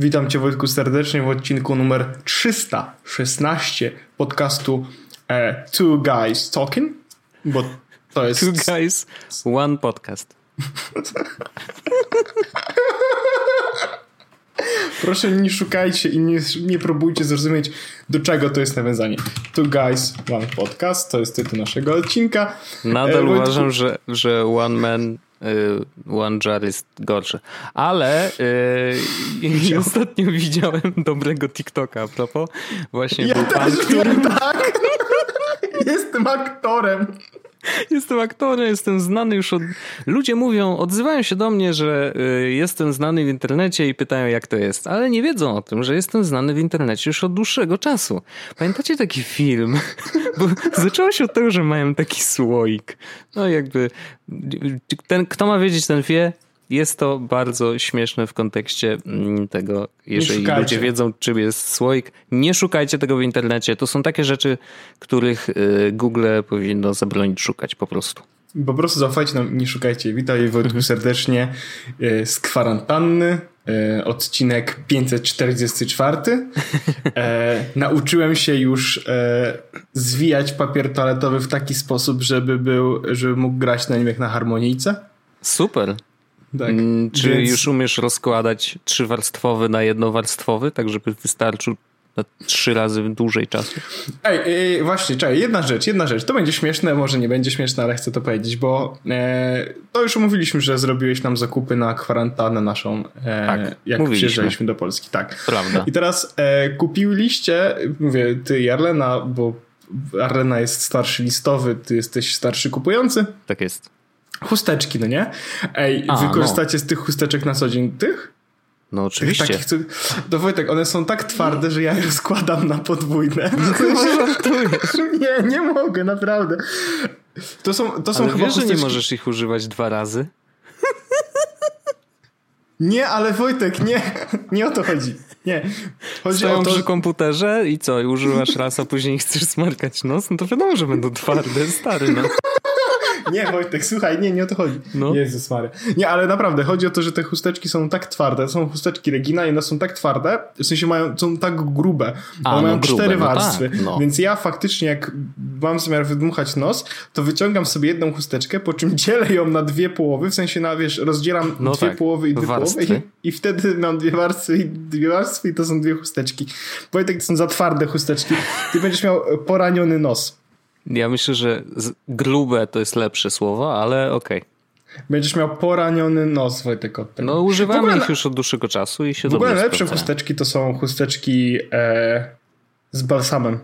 Witam Cię, Wojtku, serdecznie w odcinku numer 316 podcastu Two Guys Talking, bo to jest... Two Guys, One Podcast. Proszę, nie szukajcie i nie próbujcie zrozumieć, do czego to jest nawiązanie. Two Guys, One Podcast, to jest tytuł naszego odcinka. Nadal uważam, że One Man, One Jar jest gorszy. Ale ostatnio widziałem dobrego TikToka a propos. Właśnie ja był pan, który... tak. Jestem aktorem. Jestem znany już od... Ludzie mówią, odzywają się do mnie, że jestem znany w internecie i pytają, jak to jest. Ale nie wiedzą o tym, że jestem znany w internecie już od dłuższego czasu. Pamiętacie taki film? Bo zaczęło się od tego, że mają taki słoik. No jakby... Kto ma wiedzieć, ten wie. Jest to bardzo śmieszne w kontekście tego, jeżeli ludzie wiedzą, czym jest słoik. Nie szukajcie tego w internecie. To są takie rzeczy, których Google powinno zabronić szukać po prostu. Po prostu zaufajcie nam, nie szukajcie. Witaj, Wojtku, serdecznie z kwarantanny. Odcinek 544. Nauczyłem się już zwijać papier toaletowy w taki sposób, żeby mógł grać na nim jak na harmonijce. Super. Tak, czy już umiesz rozkładać 3-warstwowy na jednowarstwowy, tak żeby wystarczył na 3 razy dłużej czasu? Właśnie, czekaj, jedna rzecz. To będzie śmieszne, może nie będzie śmieszne, ale chcę to powiedzieć, bo to już omówiliśmy, że zrobiłeś nam zakupy na kwarantannę naszą, jak przyjeżdżaliśmy do Polski. Tak. Prawda. I teraz kupiliście, mówię, ty i Arlena, bo Arlena jest starszy listowy, ty jesteś starszy kupujący. Tak jest. Chusteczki, no nie? Wy korzystacie z tych chusteczek na co dzień tych? No oczywiście. To Wojtek, one są tak twarde, że ja je rozkładam na podwójne. Nie mogę, naprawdę. To są ale chyba wiesz, chusteczki... że nie możesz ich używać 2 razy? Nie, ale Wojtek, nie o to chodzi. Nie. Chodzi Stoją o to, przy komputerze i co? I używasz raz, a później chcesz smarkać nos? No to wiadomo, że będą twarde, stary, no. Nie, Wojtek, słuchaj, nie o to chodzi. No. Jezus Maria. Nie, ale naprawdę, chodzi o to, że te chusteczki są tak twarde, są chusteczki Regina i one są tak twarde, w sensie są tak grube. One mają 4 warstwy, tak, no. Więc ja faktycznie, jak mam zamiar wydmuchać nos, to wyciągam sobie jedną chusteczkę, po czym dzielę ją na 2 połowy, w sensie rozdzielam 2 połowy i 2 połowy i wtedy mam 2 warstwy i to są 2 chusteczki. Wojtek, to są za twarde chusteczki. Ty będziesz miał poraniony nos. Ja myślę, że grube to jest lepsze słowo, ale okej. Będziesz miał poraniony nos, Wojtek, od tego. No używamy ich już od dłuższego czasu i się dobrze W ogóle najlepsze sprawdzają. chusteczki to są chusteczki z balsamem.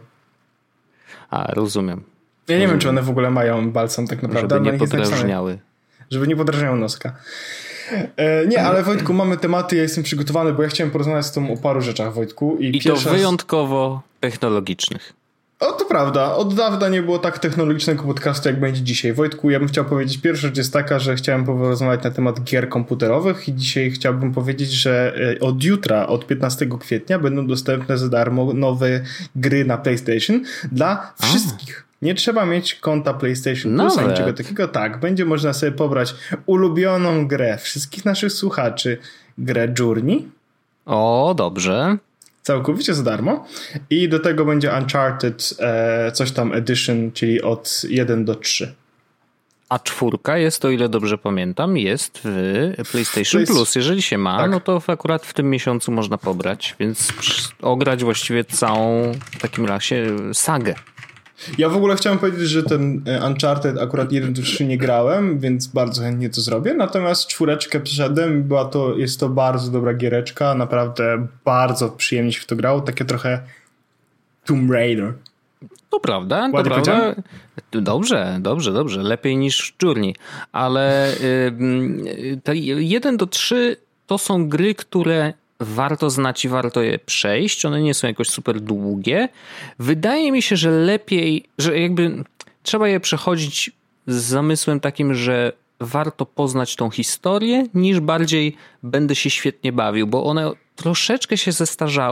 A, rozumiem. Ja nie wiem, czy one w ogóle mają balsam tak naprawdę. Żeby nie podrażniały. Żeby nie podrażniały noska. Nie, ale Wojtku, mamy tematy, ja jestem przygotowany, bo ja chciałem porozmawiać z tobą o paru rzeczach, Wojtku. I to wyjątkowo technologicznych. O, to prawda. Od dawna nie było tak technologicznego podcastu, jak będzie dzisiaj. Wojtku, ja bym chciał powiedzieć, pierwsza rzecz jest taka, że chciałem porozmawiać na temat gier komputerowych i dzisiaj chciałbym powiedzieć, że od jutra, od 15 kwietnia będą dostępne za darmo nowe gry na PlayStation dla wszystkich. Nie trzeba mieć konta PlayStation Plus, ani niczego takiego. Tak, będzie można sobie pobrać ulubioną grę wszystkich naszych słuchaczy, grę Journey. O, dobrze. Całkowicie za darmo. I do tego będzie Uncharted coś tam Edition, czyli od 1 do 3. A 4 jest, o ile dobrze pamiętam, jest w PlayStation Plus. Jeżeli się ma, tak, no to akurat w tym miesiącu można pobrać, więc ograć właściwie całą w takim razie sagę. Ja w ogóle chciałem powiedzieć, że ten Uncharted akurat 1 do 3 nie grałem, więc bardzo chętnie to zrobię. Natomiast 4 przeszedłem, jest to bardzo dobra giereczka. Naprawdę bardzo przyjemnie się w to grało. Takie trochę Tomb Raider. To prawda, to prawda. Dobrze. Lepiej niż Journey. Ale 1 do 3 to są gry, które warto znać i warto je przejść. One nie są jakoś super długie. Wydaje mi się, że lepiej, że jakby trzeba je przechodzić z zamysłem takim, że warto poznać tą historię, niż bardziej będę się świetnie bawił, bo one troszeczkę się zestarzały.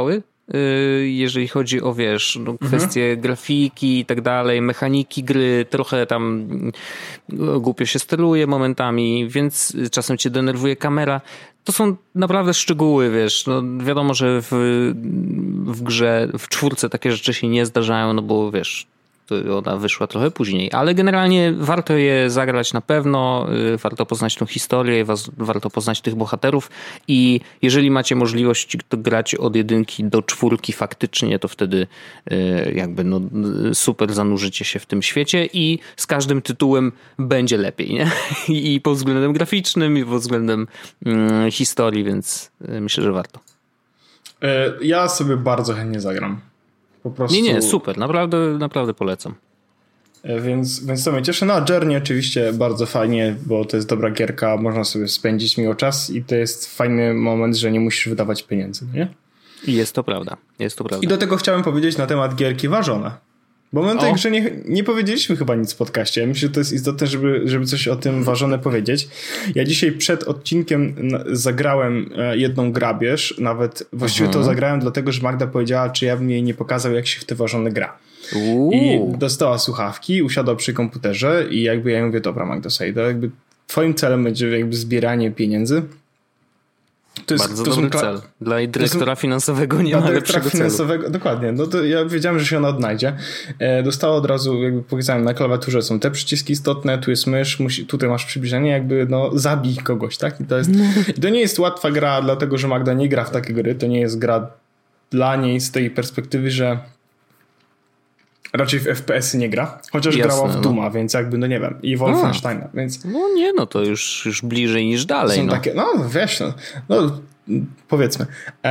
jeżeli chodzi o, wiesz, no, kwestie grafiki i tak dalej, mechaniki gry, trochę tam głupio się steruje momentami, więc czasem cię denerwuje kamera. To są naprawdę szczegóły, wiesz, no wiadomo, że w grze, w 4 takie rzeczy się nie zdarzają, no bo wiesz, to ona wyszła trochę później, ale generalnie warto je zagrać na pewno, warto poznać tą historię, warto poznać tych bohaterów i jeżeli macie możliwość to grać od 1 do 4 faktycznie, to wtedy jakby no super zanurzycie się w tym świecie i z każdym tytułem będzie lepiej, nie? I pod względem graficznym, i pod względem historii, więc myślę, że warto. Ja sobie bardzo chętnie zagram. Po prostu... Nie, super, naprawdę polecam. Więc to mnie cieszy. No a Journey oczywiście bardzo fajnie, bo to jest dobra gierka, można sobie spędzić miło czas i to jest fajny moment, że nie musisz wydawać pieniędzy, nie? I jest to prawda. I do tego chciałem powiedzieć na temat gierki Ważone. Bo my tak, że nie powiedzieliśmy chyba nic w podcaście. Myślę, że to jest istotne, żeby coś o tym Ważone powiedzieć. Ja dzisiaj przed odcinkiem zagrałem jedną grabież. Nawet właściwie to zagrałem dlatego, że Magda powiedziała, czy ja bym jej nie pokazał, jak się w te Ważone gra. I dostała słuchawki, usiadła przy komputerze i jakby ja jej mówię, dobra Magda, słuchaj, to jakby twoim celem będzie jakby zbieranie pieniędzy. To jest bardzo dobry cel. Dla dyrektora finansowego nie ma lepszego celu. Dokładnie. No to ja wiedziałem, że się ona odnajdzie. Dostała od razu, jakby powiedziałem, na klawiaturze są te przyciski istotne, tu jest mysz, tutaj masz przybliżenie, jakby no zabij kogoś, tak? I to nie jest łatwa gra, dlatego że Magda nie gra w takie gry. To nie jest gra dla niej z tej perspektywy, że raczej w FPS-y nie gra, chociaż grała w Duma, więc jakby, no nie wiem, i Wolfensteina, więc... No nie, no to już bliżej niż dalej. Są takie, no wiesz, no powiedzmy.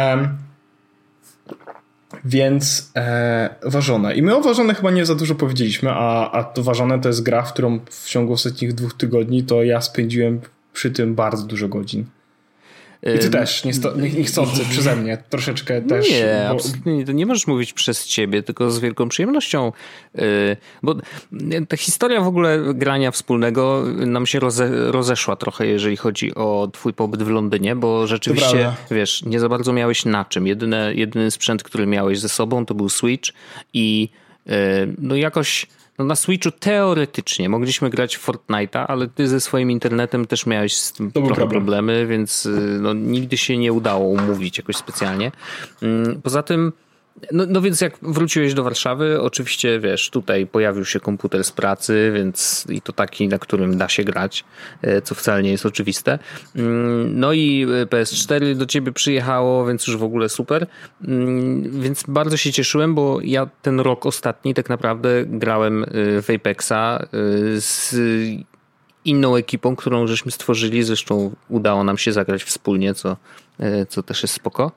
Więc Ważone. I my o Ważone chyba nie za dużo powiedzieliśmy, a to Ważone to jest gra, w którą w ciągu ostatnich 2 tygodni to ja spędziłem przy tym bardzo dużo godzin. I ty też, niechcący przeze mnie, troszeczkę też. Nie, absolutnie, to nie możesz mówić przez ciebie, tylko z wielką przyjemnością. Bo ta historia w ogóle grania wspólnego nam się rozeszła trochę, jeżeli chodzi o twój pobyt w Londynie, bo rzeczywiście, wiesz, nie za bardzo miałeś na czym. Jedyny sprzęt, który miałeś ze sobą, to był Switch i no jakoś... No na Switchu teoretycznie mogliśmy grać w Fortnite'a, ale ty ze swoim internetem też miałeś z tym trochę problemy, więc no, nigdy się nie udało umówić jakoś specjalnie. Poza tym, no więc jak wróciłeś do Warszawy, oczywiście wiesz, tutaj pojawił się komputer z pracy, więc i to taki, na którym da się grać, co wcale nie jest oczywiste. No i PS4 do ciebie przyjechało, więc już w ogóle super. Więc bardzo się cieszyłem, bo ja ten rok ostatni tak naprawdę grałem w Apexa z inną ekipą, którą żeśmy stworzyli. Zresztą udało nam się zagrać wspólnie, co też jest spoko.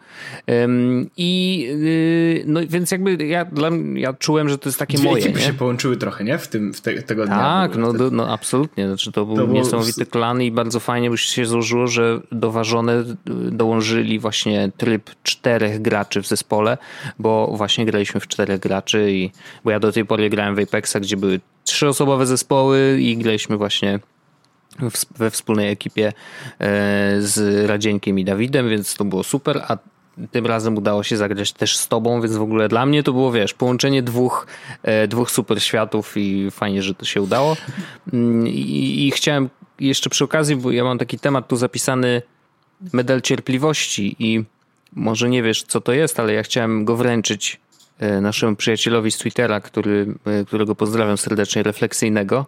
I no więc jakby ja czułem, że to jest takie moje. Ekipy się połączyły trochę, nie? Tego dnia. Tak, no absolutnie. Znaczy, to był niesamowity klan i bardzo fajnie by się złożyło, że do Ważone dołączyli właśnie tryb 4 graczy w zespole, bo właśnie graliśmy w 4 graczy bo ja do tej pory grałem w Apexa, gdzie były 3-osobowe zespoły i graliśmy właśnie we wspólnej ekipie z Radzieńkiem i Dawidem, więc to było super, a tym razem udało się zagrać też z tobą, więc w ogóle dla mnie to było, wiesz, połączenie dwóch super światów i fajnie, że to się udało. I chciałem jeszcze przy okazji, bo ja mam taki temat tu zapisany, medal cierpliwości i może nie wiesz, co to jest, ale ja chciałem go wręczyć naszemu przyjacielowi z Twittera, którego pozdrawiam serdecznie, Refleksyjnego,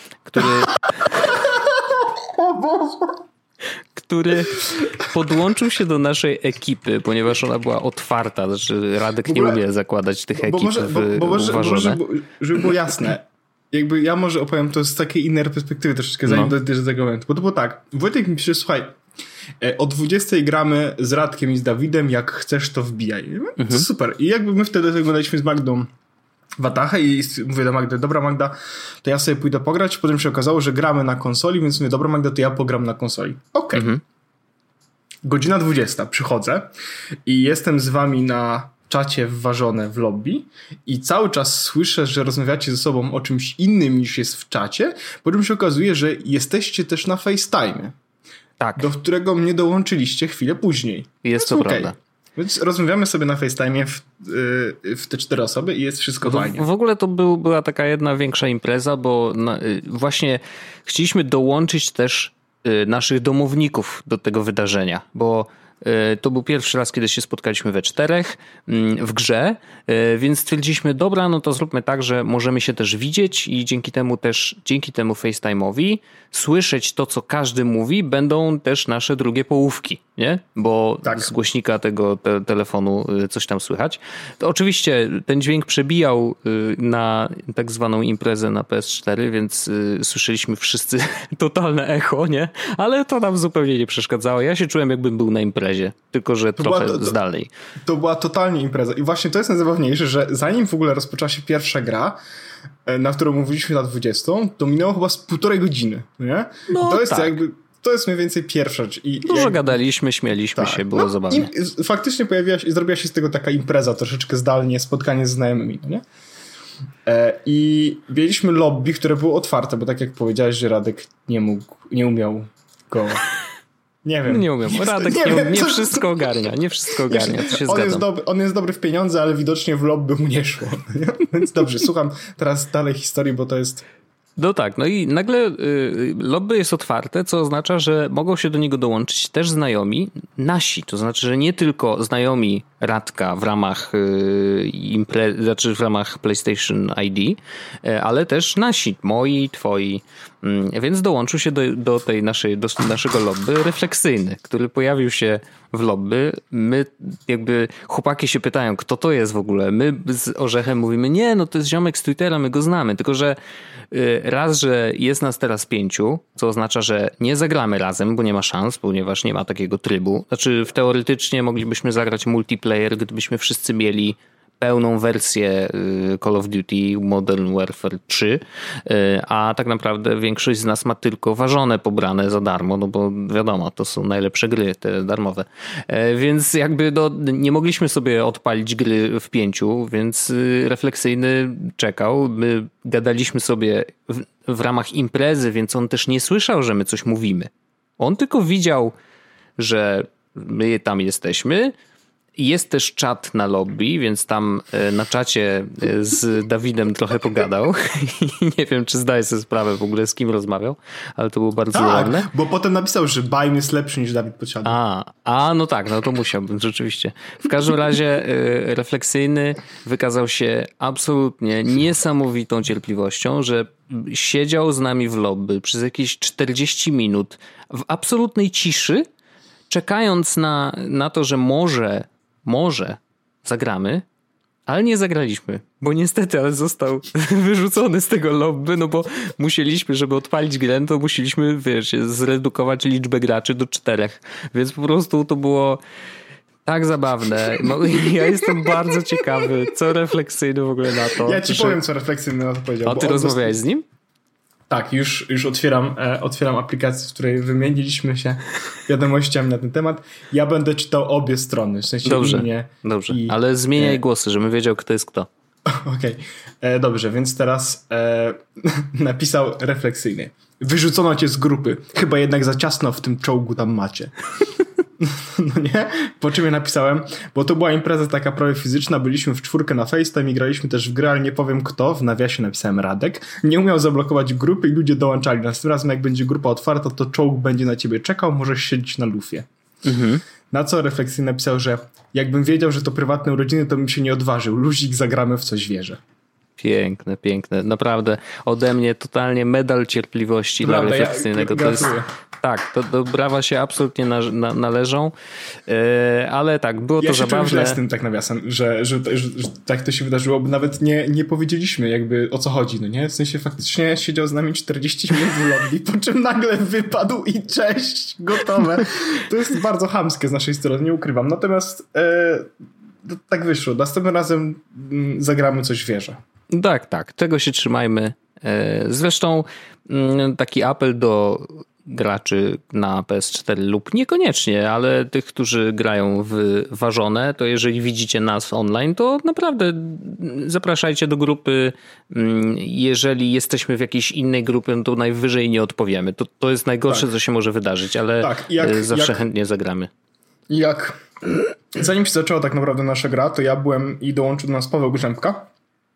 który podłączył się do naszej ekipy, ponieważ ona była otwarta, że Radek nie umie zakładać tych ekip żeby było jasne, jakby ja może opowiem to z takiej innej perspektywy troszeczkę, zanim dojdziesz do tego momentu, bo to było tak, Wojtek mi pisze, słuchaj, o 20 gramy z Radkiem i z Dawidem, jak chcesz to wbijaj. To super. I jakby my wtedy oglądaliśmy z Magdą Watachę i mówię do Magdy, dobra Magda, to ja sobie pójdę pograć. Potem się okazało, że gramy na konsoli, więc mówię, dobra Magda, to ja pogram na konsoli. Okej. Godzina 20, przychodzę i jestem z wami na czacie Ważone w lobby i cały czas słyszę, że rozmawiacie ze sobą o czymś innym niż jest w czacie, po czym się okazuje, że jesteście też na FaceTime. Tak. Do którego mnie dołączyliście chwilę później. Jest to prawda. Więc rozmawiamy sobie na FaceTime'ie w te 4 osoby i jest wszystko fajnie. W ogóle to była taka jedna większa impreza, bo właśnie chcieliśmy dołączyć też naszych domowników do tego wydarzenia, bo to był pierwszy raz, kiedy się spotkaliśmy we 4 w grze, więc stwierdziliśmy, dobra, no to zróbmy tak, że możemy się też widzieć i dzięki temu FaceTime'owi słyszeć to, co każdy mówi, będą też nasze drugie połówki, nie? Bo z głośnika tego telefonu coś tam słychać. To oczywiście ten dźwięk przebijał na tak zwaną imprezę na PS4, więc słyszeliśmy wszyscy totalne echo, nie? Ale to nam zupełnie nie przeszkadzało. Ja się czułem, jakbym był na imprezie, tylko że trochę zdalnej. To była totalnie impreza i właśnie to jest najzabawniejsze, że zanim w ogóle rozpoczęła się pierwsza gra, na którą mówiliśmy na 20, to minęło chyba z 1,5 godziny, nie? No to jest tak. To jest mniej więcej pierwsza rzecz. Dużo gadaliśmy, śmieliśmy się, było zabawnie. I faktycznie zrobiła się z tego taka impreza, troszeczkę zdalnie, spotkanie z znajomymi, no nie? I mieliśmy lobby, które było otwarte, bo tak jak powiedziałeś, że Radek nie umiał go... Nie wiem. Nie umiem. Radek nie wszystko ogarnia. Nie wszystko ogarnia. To się zgadzam. On jest dobry w pieniądze, ale widocznie w lobby mu nie szło. Więc dobrze, słucham teraz dalej historii, bo to jest... No tak, no i nagle lobby jest otwarte, co oznacza, że mogą się do niego dołączyć też znajomi nasi. To znaczy, że nie tylko znajomi Radka w ramach w ramach PlayStation ID, ale też nasi, moi, twoi. Więc dołączył się do naszego lobby refleksyjny, który pojawił się w lobby. My jakby chłopaki się pytają, kto to jest w ogóle. My z Orzechem mówimy, nie, no to jest ziomek z Twittera, my go znamy. Tylko że raz, że jest nas teraz 5, co oznacza, że nie zagramy razem, bo nie ma szans, ponieważ nie ma takiego trybu. Znaczy teoretycznie moglibyśmy zagrać multiplayer, gdybyśmy wszyscy mieli pełną wersję Call of Duty Modern Warfare 3, a tak naprawdę większość z nas ma tylko ważone pobrane za darmo, no bo wiadomo, to są najlepsze gry, te darmowe. Więc jakby nie mogliśmy sobie odpalić gry w 5, więc refleksyjny czekał. My gadaliśmy sobie w ramach imprezy, więc on też nie słyszał, że my coś mówimy. On tylko widział, że my tam jesteśmy. Jest też czat na lobby, więc tam na czacie z Dawidem trochę pogadał. Nie wiem, czy zdaje sobie sprawę w ogóle, z kim rozmawiał, ale to było bardzo ładne. Tak, bo potem napisał, że Bajm jest lepszy niż Dawid Podsiadło. No tak, no to musiałbym rzeczywiście. W każdym razie refleksyjny wykazał się absolutnie niesamowitą cierpliwością, że siedział z nami w lobby przez jakieś 40 minut w absolutnej ciszy, czekając na to, że może zagramy, ale nie zagraliśmy, bo niestety, ale został wyrzucony z tego lobby, no bo musieliśmy, żeby odpalić grę, to musieliśmy, zredukować liczbę graczy do 4, więc po prostu to było tak zabawne. No, ja jestem bardzo ciekawy, co refleksyjny w ogóle na to. Ja ci powiem, co refleksyjny na to powiedział. A ty rozmawiałeś z nim? Tak, już otwieram aplikację, w której wymieniliśmy się wiadomościami na ten temat. Ja będę czytał obie strony, w sensie dobrze, imię. Dobrze, ale zmieniaj głosy, żebym wiedział, kto jest kto. Okej, dobrze, więc teraz napisał refleksyjny. Wyrzucono cię z grupy. Chyba jednak za ciasno w tym czołgu tam macie. No nie? Po czym ja napisałem, bo to była impreza taka prawie fizyczna, byliśmy w 4 na FaceTime i graliśmy też w grę, ale nie powiem kto, w nawiasie napisałem Radek, nie umiał zablokować grupy i ludzie dołączali. Następnym razem jak będzie grupa otwarta, to czołg będzie na ciebie czekał, możesz siedzieć na lufie. Na co refleksyjnie napisał, że jakbym wiedział, że to prywatne urodziny, to bym się nie odważył. Luzik, zagramy w coś wierzę. Piękne, piękne. Naprawdę ode mnie totalnie medal cierpliwości dla refleksyjnego. To jest, tak, to brawa się absolutnie należą, ale tak, było to zabawne. Ja się czułem z tym tak nawiasem, że tak to się wydarzyło, bo nawet nie powiedzieliśmy jakby o co chodzi, no nie? W sensie faktycznie siedział z nami 40 minut w lobby, po czym nagle wypadł i cześć, gotowe. To jest bardzo chamskie z naszej strony, nie ukrywam. Natomiast tak wyszło. Następnym razem zagramy coś wierzę. Tak, tego się trzymajmy. Zresztą taki apel do graczy na PS4 lub niekoniecznie, ale tych, którzy grają w ważone, to jeżeli widzicie nas online, to naprawdę zapraszajcie do grupy. Jeżeli jesteśmy w jakiejś innej grupie, no to najwyżej nie odpowiemy. To jest najgorsze, co się może wydarzyć, ale zawsze chętnie zagramy. zanim się zaczęła tak naprawdę nasza gra, to ja byłem i dołączył do nas Paweł Grzębka.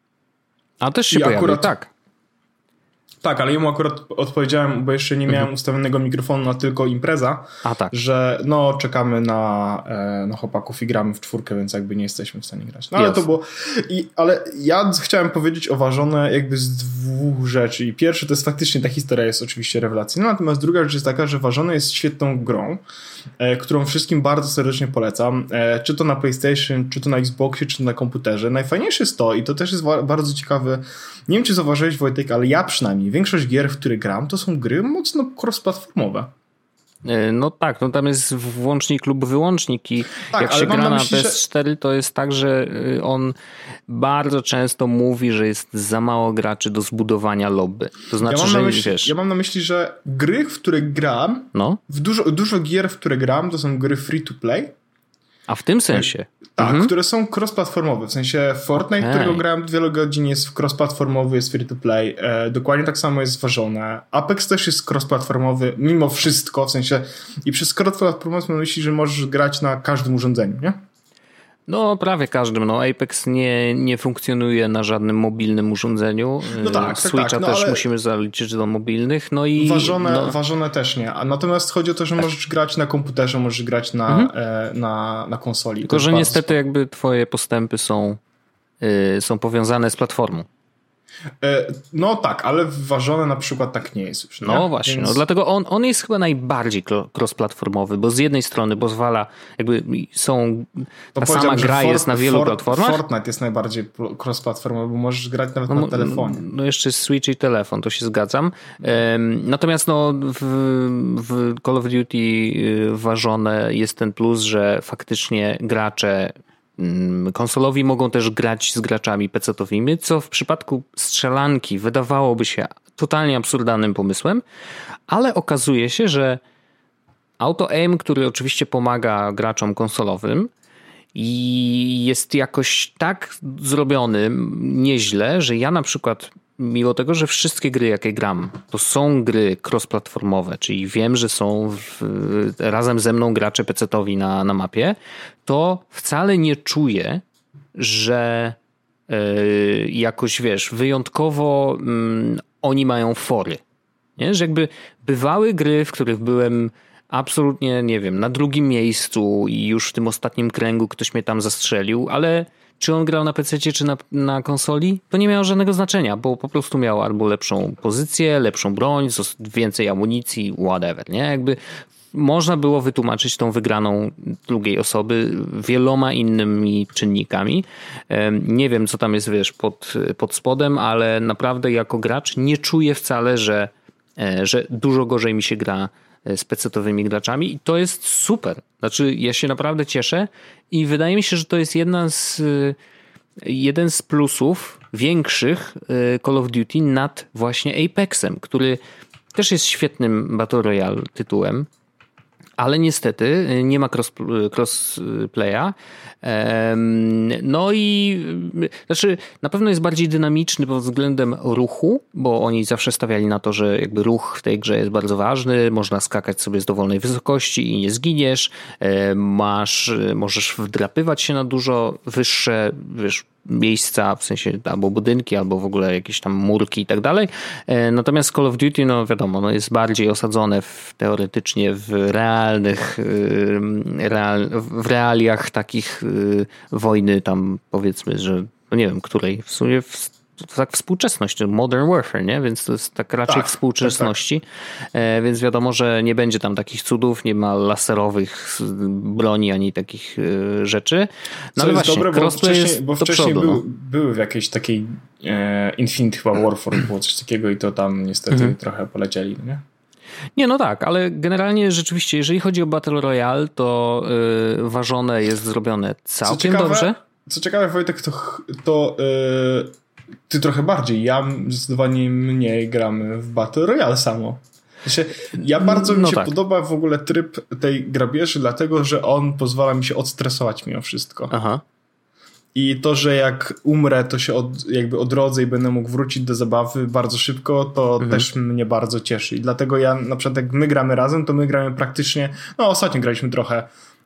A też się pojawił, tak. Tak, ale jemu akurat odpowiedziałem, bo jeszcze nie miałem ustawionego mikrofonu na tylko impreza, że no czekamy na chłopaków i gramy w 4, więc jakby nie jesteśmy w stanie grać. No ale to było... Ale ja chciałem powiedzieć o Ważone jakby z 2 rzeczy. I pierwsze to jest faktycznie, ta historia jest oczywiście rewelacyjna, natomiast druga rzecz jest taka, że Ważone jest świetną grą, którą wszystkim bardzo serdecznie polecam. Czy to na PlayStation, czy to na Xboxie, czy to na komputerze. Najfajniejsze jest to, i to też jest bardzo ciekawe, nie wiem czy zauważyłeś, Wojtek, ale ja przynajmniej, większość gier, w które gram, to są gry mocno cross-platformowe. No tak, no tam jest włącznik lub wyłącznik i tak, jak się gra na PS4, to jest tak, że on bardzo często mówi, że jest za mało graczy do zbudowania lobby. To znaczy, ja mam na myśli, że gry, w które gram, dużo gier, w które gram, to są gry free to play. A w tym sensie? Tak, które są cross-platformowe. W sensie Fortnite, którego grałem wiele godzin, jest cross-platformowy, jest free to play. Dokładnie tak samo jest Ważone. Apex też jest cross-platformowy, mimo wszystko, w sensie i przez cross-platformowy mam myśli, że możesz grać na każdym urządzeniu, nie? No prawie każdym. No Apex nie funkcjonuje na żadnym mobilnym urządzeniu. No tak, Switcha też ale musimy zaliczyć do mobilnych. No i Ważone też nie. A natomiast chodzi o to, że możesz grać na komputerze, możesz grać na konsoli. Tylko, że niestety jakby twoje postępy są powiązane z platformą. No tak, ale Ważone na przykład tak nie jest już. Nie? No właśnie, więc... dlatego on jest chyba najbardziej cross-platformowy, bo z jednej strony pozwala, jakby ta sama gra jest na wielu platformach. Fortnite jest najbardziej cross-platformowy, bo możesz grać nawet na telefonie. No jeszcze Switch i telefon, to się zgadzam. Natomiast w Call of Duty Ważone jest ten plus, że faktycznie gracze konsolowi mogą też grać z graczami PC-towymi, co w przypadku strzelanki wydawałoby się totalnie absurdalnym pomysłem, ale okazuje się, że auto-aim, który oczywiście pomaga graczom konsolowym i jest jakoś tak zrobiony nieźle, że ja na przykład mimo tego, że wszystkie gry, jakie gram, to są gry cross-platformowe, czyli wiem, że są razem ze mną gracze PC-towi na mapie, to wcale nie czuję, że jakoś, wyjątkowo oni mają fory. Nie? Że jakby bywały gry, w których byłem absolutnie, nie wiem, na drugim miejscu i już w tym ostatnim kręgu ktoś mnie tam zastrzelił, ale czy on grał na PC-cie, czy na konsoli, to nie miało żadnego znaczenia, bo po prostu miał albo lepszą pozycję, lepszą broń, więcej amunicji, whatever, nie? Jakby można było wytłumaczyć tą wygraną drugiej osoby wieloma innymi czynnikami. Nie wiem, co tam jest, pod spodem, ale naprawdę jako gracz nie czuję wcale, że dużo gorzej mi się gra z PC-towymi graczami i to jest super. Znaczy ja się naprawdę cieszę i wydaje mi się, że to jest jeden z plusów większych Call of Duty nad właśnie Apexem, który też jest świetnym Battle Royale tytułem, ale niestety nie ma crossplaya. No i znaczy na pewno jest bardziej dynamiczny pod względem ruchu, bo oni zawsze stawiali na to, że jakby ruch w tej grze jest bardzo ważny, można skakać sobie z dowolnej wysokości i nie zginiesz, możesz wdrapywać się na dużo wyższe, miejsca, w sensie albo budynki, albo w ogóle jakieś tam murki i tak dalej. Natomiast Call of Duty, no wiadomo, jest bardziej osadzone teoretycznie w w realiach takich wojny tam, powiedzmy, że no nie wiem, której w sumie tak współczesność, Modern Warfare, nie? Więc to jest tak raczej współczesności, więc wiadomo, że nie będzie tam takich cudów, nie ma laserowych broni, ani takich rzeczy. No ale właśnie, dobre, bo wcześniej przodu, były w jakiejś takiej Infinite chyba Warfare, było coś takiego i to tam niestety trochę polecieli, nie? Nie, no tak, ale generalnie rzeczywiście, jeżeli chodzi o Battle Royale, to Ważone jest zrobione całkiem dobrze. Co ciekawe, Wojtek, to ty trochę bardziej, ja zdecydowanie mniej gramy w Battle Royale samo. Bardzo mi się podoba w ogóle tryb tej grabieży, dlatego, że on pozwala mi się odstresować mimo wszystko. Aha. I to, że jak umrę, to się jakby odrodzę i będę mógł wrócić do zabawy bardzo szybko, to też mnie bardzo cieszy. I dlatego ja na przykład jak my gramy razem, to my gramy praktycznie, ostatnio graliśmy trochę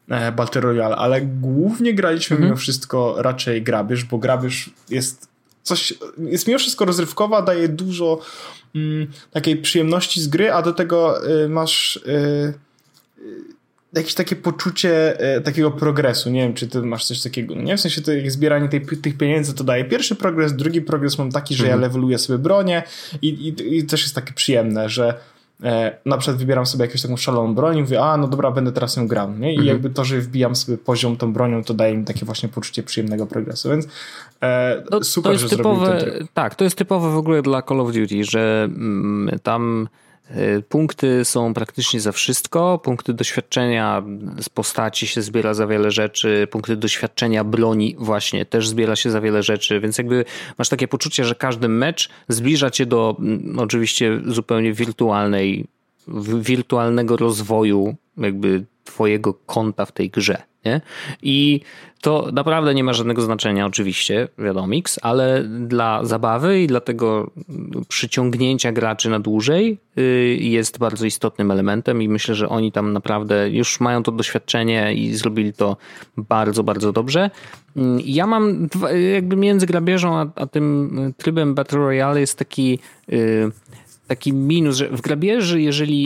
Battle Royale, ale głównie graliśmy mimo wszystko raczej grabież, bo grabież jest mimo wszystko rozrywkowa, daje dużo takiej przyjemności z gry, a do tego masz jakieś takie poczucie takiego progresu. Nie wiem, czy ty masz coś takiego, nie? W sensie to jak zbieranie tych pieniędzy to daje pierwszy progres, drugi progres mam taki, że ja leveluję sobie bronię i też jest takie przyjemne, że na przykład wybieram sobie jakąś taką szaloną broń i mówię, no dobra, będę teraz ją grał, nie? I jakby to, że wbijam sobie poziom tą bronią, to daje mi takie właśnie poczucie przyjemnego progresu, więc super, że zrobili ten tryb. Tak, to jest typowe w ogóle dla Call of Duty, że tam punkty są praktycznie za wszystko, punkty doświadczenia z postaci się zbiera za wiele rzeczy, punkty doświadczenia broni właśnie też zbiera się za wiele rzeczy, więc jakby masz takie poczucie, że każdy mecz zbliża cię do oczywiście zupełnie wirtualnego rozwoju jakby twojego konta w tej grze, nie? I to naprawdę nie ma żadnego znaczenia oczywiście, wiadomix, ale dla zabawy i dla tego przyciągnięcia graczy na dłużej jest bardzo istotnym elementem i myślę, że oni tam naprawdę już mają to doświadczenie i zrobili to bardzo, bardzo dobrze. Ja mam jakby między grabieżą a tym trybem Battle Royale jest taki minus, że w grabieży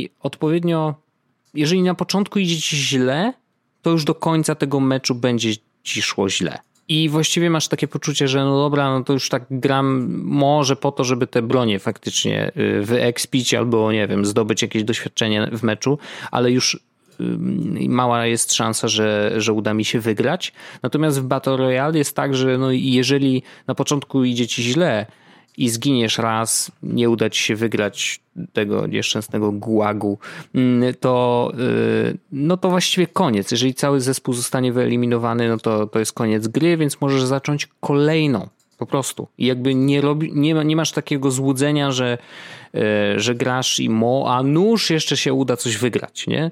jeżeli na początku idzie ci źle, to już do końca tego meczu będzie ci szło źle. I właściwie masz takie poczucie, że no dobra, no to już tak gram może po to, żeby te bronie faktycznie wyekspić albo nie wiem, zdobyć jakieś doświadczenie w meczu, ale już mała jest szansa, że uda mi się wygrać. Natomiast w Battle Royale jest tak, że no jeżeli na początku idzie ci źle i zginiesz raz, nie uda ci się wygrać tego nieszczęsnego gułagu, to właściwie koniec. Jeżeli cały zespół zostanie wyeliminowany, no to jest koniec gry, więc możesz zacząć kolejną. Po prostu. I jakby nie masz takiego złudzenia, że grasz a nuż jeszcze się uda coś wygrać, nie?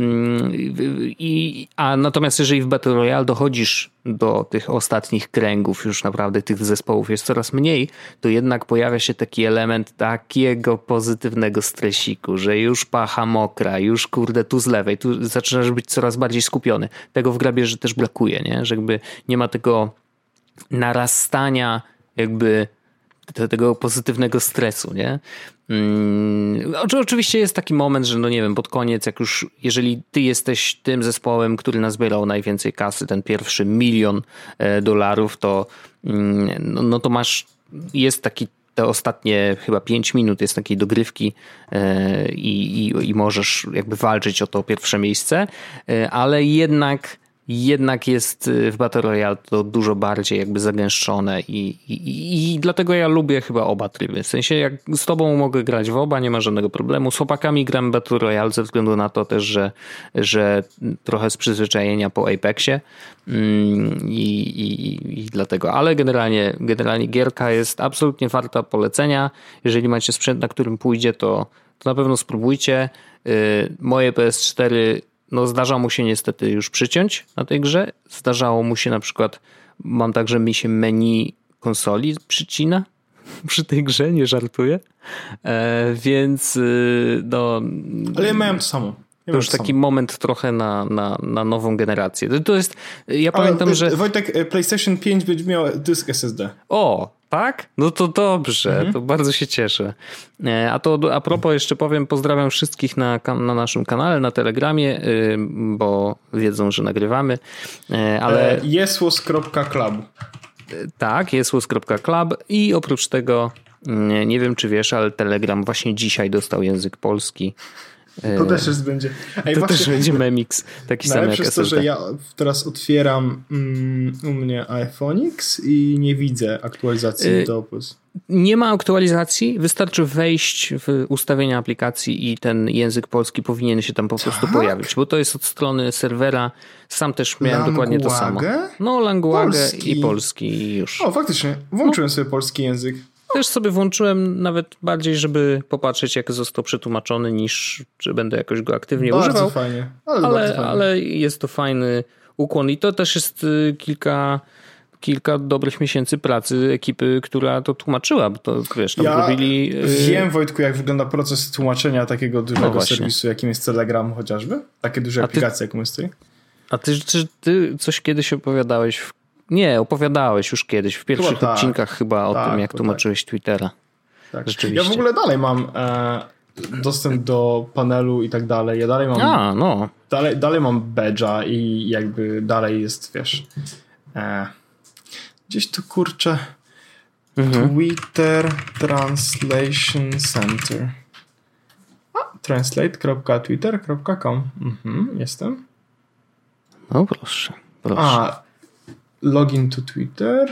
Natomiast jeżeli w Battle Royale dochodzisz do tych ostatnich kręgów, już naprawdę tych zespołów jest coraz mniej, to jednak pojawia się taki element takiego pozytywnego stresiku, że już pacha mokra, już kurde tu z lewej, tu zaczynasz być coraz bardziej skupiony. Tego w grabieży też brakuje, nie? Że jakby nie ma tego narastania jakby tego pozytywnego stresu, nie? Oczywiście jest taki moment, że no nie wiem, pod koniec jeżeli ty jesteś tym zespołem, który nazbierał najwięcej kasy, ten pierwszy $1 000 000, to jest taki te ostatnie chyba 5 minut jest takiej dogrywki i możesz jakby walczyć o to pierwsze miejsce, ale jednak jest w Battle Royale to dużo bardziej jakby zagęszczone i dlatego ja lubię chyba oba tryby. W sensie jak z tobą mogę grać w oba, nie ma żadnego problemu. Z chłopakami gram Battle Royale ze względu na to też, że trochę z przyzwyczajenia po Apexie i dlatego. Ale generalnie gierka jest absolutnie warta polecenia. Jeżeli macie sprzęt, na którym pójdzie, to na pewno spróbujcie. Moje PS4 zdarza mu się niestety już przyciąć na tej grze. Zdarzało mu się na przykład, mam tak, że mi się menu konsoli przycina przy tej grze, nie żartuję. Więc Ale ja miałem to samo. To już taki moment trochę na nową generację. To jest, ja pamiętam, że... Wojtek, PlayStation 5 będzie miał dysk SSD. O, tak? No to dobrze, to bardzo się cieszę. A propos jeszcze powiem, pozdrawiam wszystkich na naszym kanale, na Telegramie, bo wiedzą, że nagrywamy, ale... Jesłos.club. Tak, jesłos.club i oprócz tego, nie wiem czy wiesz, ale Telegram właśnie dzisiaj dostał język polski. To też jest będzie. Też będzie memix, taki sam jak SSD. Przez to, że ja teraz otwieram u mnie iPhone X i nie widzę aktualizacji do Opus. Nie ma aktualizacji, wystarczy wejść w ustawienia aplikacji i ten język polski powinien się tam po prostu pojawić, bo to jest od strony serwera. Sam też miałem dokładnie to samo. No, Language i polski i już. O, faktycznie. Włączyłem sobie polski język. Też sobie włączyłem nawet bardziej, żeby popatrzeć, jak został przetłumaczony, niż że będę jakoś go aktywnie bardzo używał. Fajnie. Ale jest to fajny ukłon i to też jest kilka dobrych miesięcy pracy ekipy, która to tłumaczyła, bo to wiesz, tam robili... Wiem, Wojtku, jak wygląda proces tłumaczenia takiego dużego serwisu, jakim jest Telegram chociażby. Takie duże aplikacje, jaką jest tutaj. A ty coś kiedyś opowiadałeś? Nie, opowiadałeś już kiedyś w pierwszych odcinkach chyba o tym, jak tłumaczyłeś Twittera. Tak. Rzeczywiście. Ja w ogóle dalej mam dostęp do panelu i tak dalej. Ja dalej mam dalej mam badge'a i jakby dalej jest, wiesz, gdzieś tu kurczę Twitter Translation Center. Translate.twitter.com. Jestem. No proszę. Login to Twitter.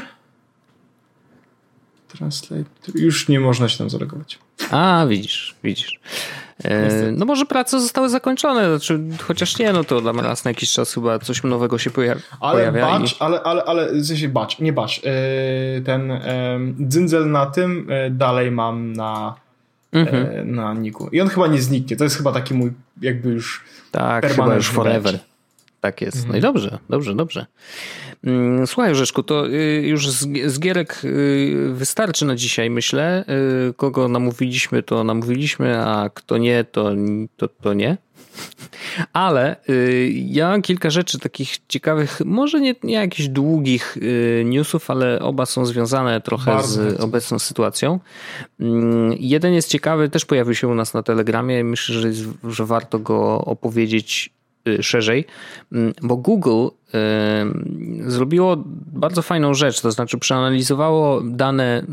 Translate. Już nie można się tam zalogować. Widzisz. No może prace zostały zakończone, znaczy, chociaż nie, no to raz na jakiś czas chyba coś nowego się pojawia. Ale w sensie nie batch. Ten dzyndzel na tym dalej mam na niku. I on chyba nie zniknie. To jest chyba taki mój jakby już chyba już forever. Batch. Tak jest. No i dobrze. Słuchaj, Rzeszku, to już z gierek wystarczy na dzisiaj, myślę. Kogo namówiliśmy, to namówiliśmy, a kto nie, to nie. Ale ja mam kilka rzeczy takich ciekawych, może nie jakichś długich newsów, ale oba są związane trochę z obecną sytuacją. Jeden jest ciekawy, też pojawił się u nas na Telegramie. Myślę, że warto go opowiedzieć szerzej, bo Google zrobiło bardzo fajną rzecz, to znaczy przeanalizowało dane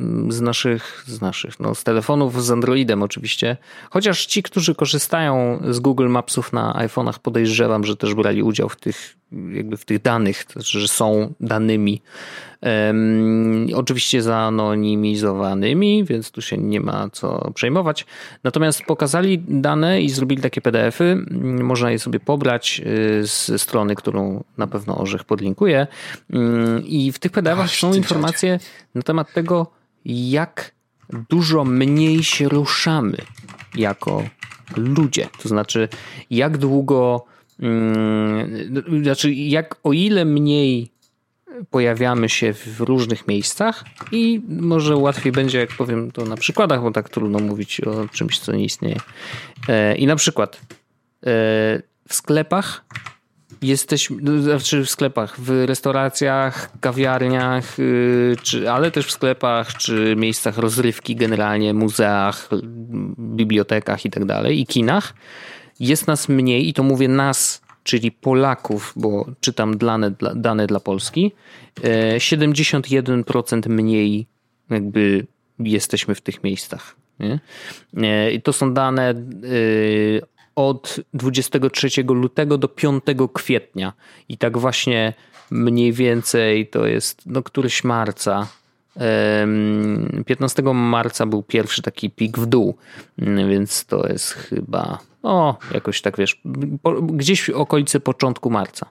z telefonów z Androidem oczywiście, chociaż ci, którzy korzystają z Google Mapsów na iPhone'ach, podejrzewam, że też brali udział w tych danych, to znaczy, że są danymi oczywiście zanonimizowanymi, więc tu się nie ma co przejmować. Natomiast pokazali dane i zrobili takie PDF-y. Można je sobie pobrać ze strony, którą na pewno Orzech podlinkuje. I w tych PDF-ach są informacje na temat tego, jak dużo mniej się ruszamy jako ludzie. To znaczy, jak długo, o ile mniej pojawiamy się w różnych miejscach i może łatwiej będzie, jak powiem to na przykładach, bo tak trudno mówić o czymś, co nie istnieje. I na przykład w sklepach w restauracjach, kawiarniach, ale też w sklepach, czy miejscach rozrywki generalnie, muzeach, bibliotekach i tak dalej, i kinach jest nas mniej, i to mówię nas, czyli Polaków, bo czytam dane dla Polski, 71% mniej jakby jesteśmy w tych miejscach. Nie? I to są dane od 23 lutego do 5 kwietnia. I tak właśnie mniej więcej to jest któryś marca. 15 marca był pierwszy taki pik w dół, więc to jest chyba jakoś tak, wiesz, gdzieś w okolicy początku marca.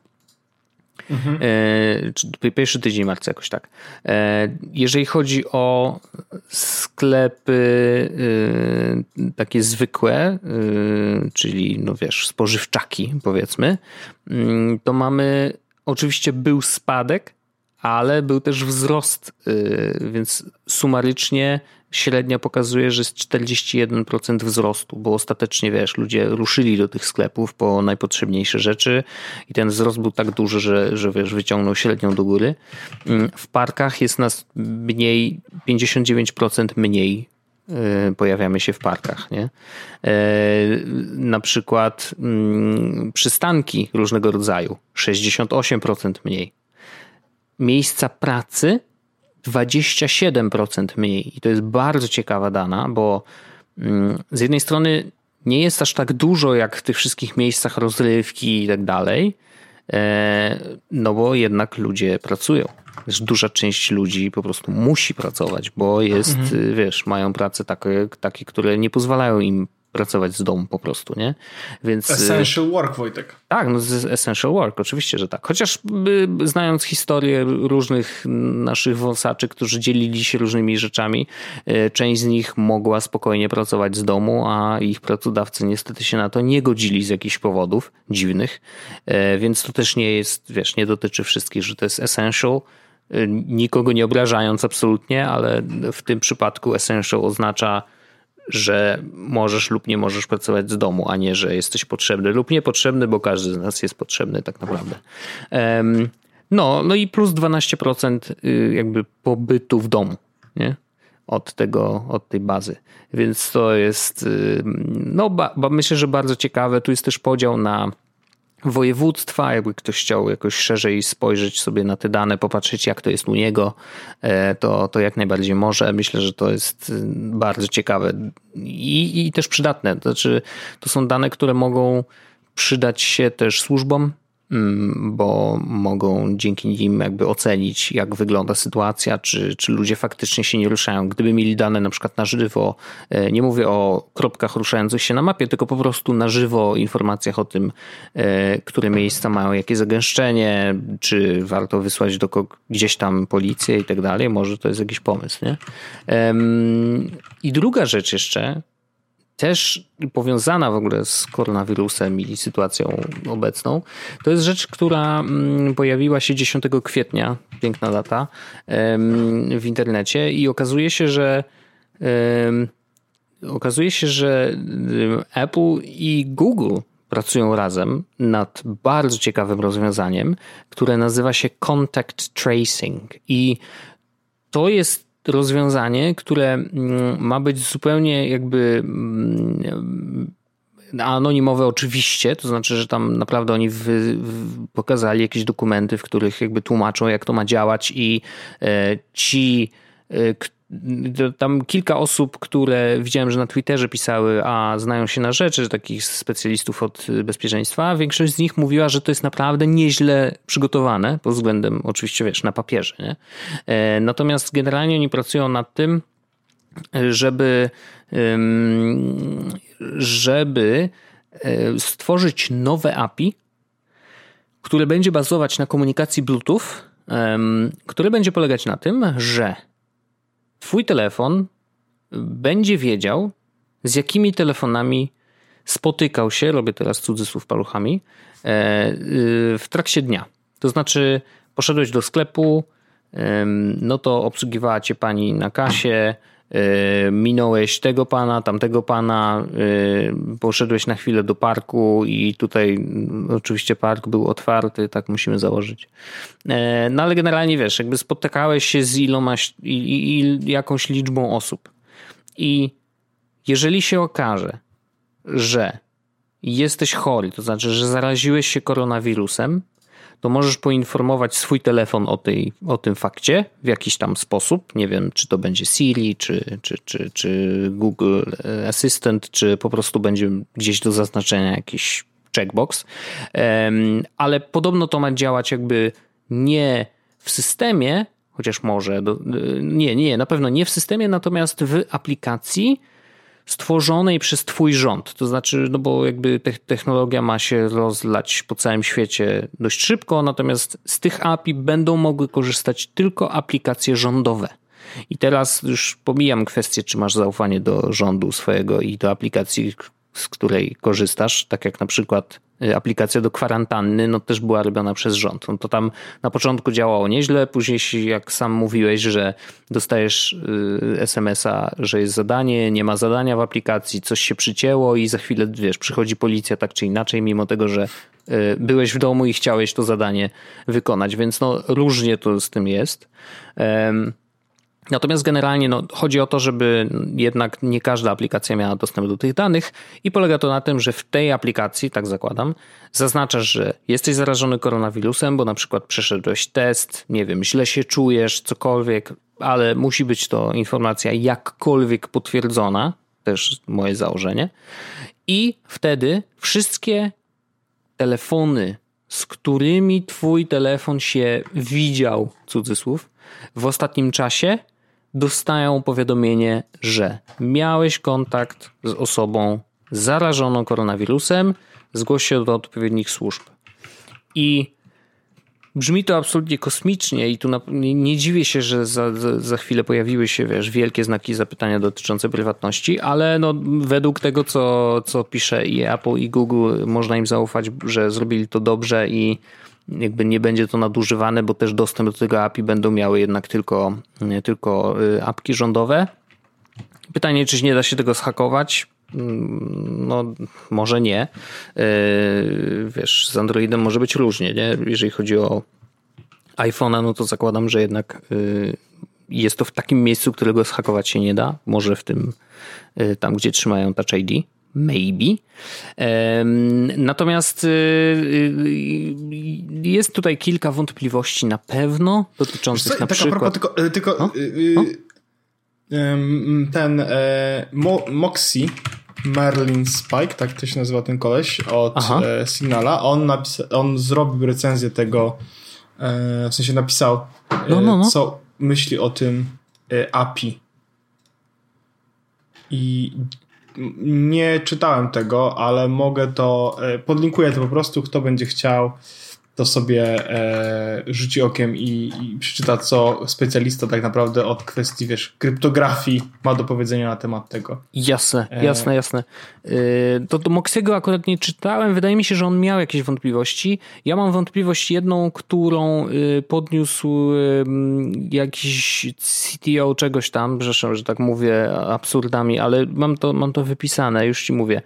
Pierwszy tydzień marca, jakoś tak. Jeżeli chodzi o sklepy takie zwykłe, czyli spożywczaki, powiedzmy, to mamy, oczywiście był spadek, ale był też wzrost, więc sumarycznie średnia pokazuje, że jest 41% wzrostu, bo ostatecznie, ludzie ruszyli do tych sklepów po najpotrzebniejsze rzeczy i ten wzrost był tak duży, że wyciągnął średnią do góry. W parkach jest nas mniej, 59% mniej pojawiamy się w parkach, nie? Na przykład przystanki różnego rodzaju, 68% mniej. Miejsca pracy 27% mniej. I to jest bardzo ciekawa dana, bo z jednej strony nie jest aż tak dużo jak w tych wszystkich miejscach rozrywki i tak dalej, no bo jednak ludzie pracują. Duża część ludzi po prostu musi pracować, bo jest, mają prace takie, które nie pozwalają im pracować z domu po prostu, nie? Więc essential work, Wojtek. Tak, essential work, oczywiście, że tak. Chociaż znając historię różnych naszych wąsaczy, którzy dzielili się różnymi rzeczami, część z nich mogła spokojnie pracować z domu, a ich pracodawcy niestety się na to nie godzili z jakichś powodów dziwnych, więc to też nie jest, nie dotyczy wszystkich, że to jest essential, nikogo nie obrażając absolutnie, ale w tym przypadku essential oznacza że możesz lub nie możesz pracować z domu, a nie, że jesteś potrzebny lub niepotrzebny, bo każdy z nas jest potrzebny tak naprawdę. No i plus 12% jakby pobytu w domu, nie? Od tej bazy. Więc to jest, myślę, że bardzo ciekawe. Tu jest też podział na województwa, jakby ktoś chciał jakoś szerzej spojrzeć sobie na te dane, popatrzeć jak to jest u niego, to jak najbardziej może. Myślę, że to jest bardzo ciekawe i też przydatne. To znaczy, to są dane, które mogą przydać się też służbom, bo mogą dzięki nim jakby ocenić, jak wygląda sytuacja, czy ludzie faktycznie się nie ruszają. Gdyby mieli dane na przykład na żywo, nie mówię o kropkach ruszających się na mapie, tylko po prostu na żywo informacjach o tym, które miejsca mają jakie zagęszczenie, czy warto wysłać gdzieś tam policję i tak dalej. Może to jest jakiś pomysł, nie? I druga rzecz jeszcze, też powiązana w ogóle z koronawirusem i sytuacją obecną, to jest rzecz, która pojawiła się 10 kwietnia, piękna data, w internecie i okazuje się, że Apple i Google pracują razem nad bardzo ciekawym rozwiązaniem, które nazywa się Contact Tracing i to jest rozwiązanie, które ma być zupełnie jakby anonimowe oczywiście, to znaczy, że tam naprawdę oni pokazali jakieś dokumenty, w których jakby tłumaczą, jak to ma działać i tam kilka osób, które widziałem, że na Twitterze pisały, a znają się na rzeczy, takich specjalistów od bezpieczeństwa, większość z nich mówiła, że to jest naprawdę nieźle przygotowane, pod względem oczywiście, wiesz, na papierze, nie? Natomiast generalnie oni pracują nad tym, żeby stworzyć nowe API, które będzie bazować na komunikacji Bluetooth, które będzie polegać na tym, że twój telefon będzie wiedział, z jakimi telefonami spotykał się, robię teraz cudzysłów paluchami, w trakcie dnia. To znaczy poszedłeś do sklepu, no to obsługiwała cię pani na kasie, minąłeś tego pana, tamtego pana, poszedłeś na chwilę do parku i tutaj oczywiście park był otwarty, tak musimy założyć. No ale generalnie wiesz, jakby spotykałeś się z jakąś liczbą osób i jeżeli się okaże, że jesteś chory, to znaczy, że zaraziłeś się koronawirusem, to możesz poinformować swój telefon o tym fakcie w jakiś tam sposób. Nie wiem, czy to będzie Siri, czy Google Assistant, czy po prostu będzie gdzieś do zaznaczenia jakiś checkbox. Ale podobno to ma działać jakby nie w systemie, chociaż może, na pewno nie w systemie, natomiast w aplikacji stworzonej przez twój rząd. To znaczy, no bo jakby technologia ma się rozlać po całym świecie dość szybko, natomiast z tych API będą mogły korzystać tylko aplikacje rządowe. I teraz już pomijam kwestię, czy masz zaufanie do rządu swojego i do aplikacji, z której korzystasz, tak jak na przykład aplikacja do kwarantanny, no też była robiona przez rząd. No to tam na początku działało nieźle, później jak sam mówiłeś, że dostajesz SMS-a, że jest zadanie, nie ma zadania w aplikacji, coś się przycięło i za chwilę, wiesz, przychodzi policja tak czy inaczej, mimo tego, że byłeś w domu i chciałeś to zadanie wykonać, więc no różnie to z tym jest. Natomiast generalnie chodzi o to, żeby jednak nie każda aplikacja miała dostęp do tych danych i polega to na tym, że w tej aplikacji, tak zakładam, zaznaczasz, że jesteś zarażony koronawirusem, bo na przykład przeszedłeś test, nie wiem, źle się czujesz, cokolwiek, ale musi być to informacja jakkolwiek potwierdzona, też moje założenie. I wtedy wszystkie telefony, z którymi twój telefon się widział, cudzysłów, w ostatnim czasie dostają powiadomienie, że miałeś kontakt z osobą zarażoną koronawirusem, zgłoś się do odpowiednich służb. I brzmi to absolutnie kosmicznie i tu nie dziwię się, że za chwilę pojawiły się, wiesz, wielkie znaki zapytania dotyczące prywatności, ale no, według tego, co pisze i Apple i Google, można im zaufać, że zrobili to dobrze i jakby nie będzie to nadużywane, bo też dostęp do tego API będą miały jednak tylko apki rządowe. Pytanie, czy nie da się tego zhakować? No, może nie. Wiesz, z Androidem może być różnie, nie? Jeżeli chodzi o iPhone'a, no to zakładam, że jednak jest to w takim miejscu, którego zhakować się nie da. Może w tym, tam gdzie trzymają Touch ID. Maybe. Natomiast jest tutaj kilka wątpliwości na pewno dotyczących na przykład... Moxie Merlin Spike, tak to się nazywa ten koleś od Signala, on zrobił recenzję tego, w sensie napisał co myśli o tym API. I nie czytałem tego, ale mogę to, podlinkuję to po prostu, kto będzie chciał, to sobie rzuci okiem i przeczyta, co specjalista tak naprawdę od kwestii, wiesz, kryptografii ma do powiedzenia na temat tego. Jasne. To Moxiego akurat nie czytałem. Wydaje mi się, że on miał jakieś wątpliwości. Ja mam wątpliwość jedną, którą podniósł jakiś CTO czegoś tam, przepraszam, że tak mówię absurdami, ale mam to wypisane, już ci mówię.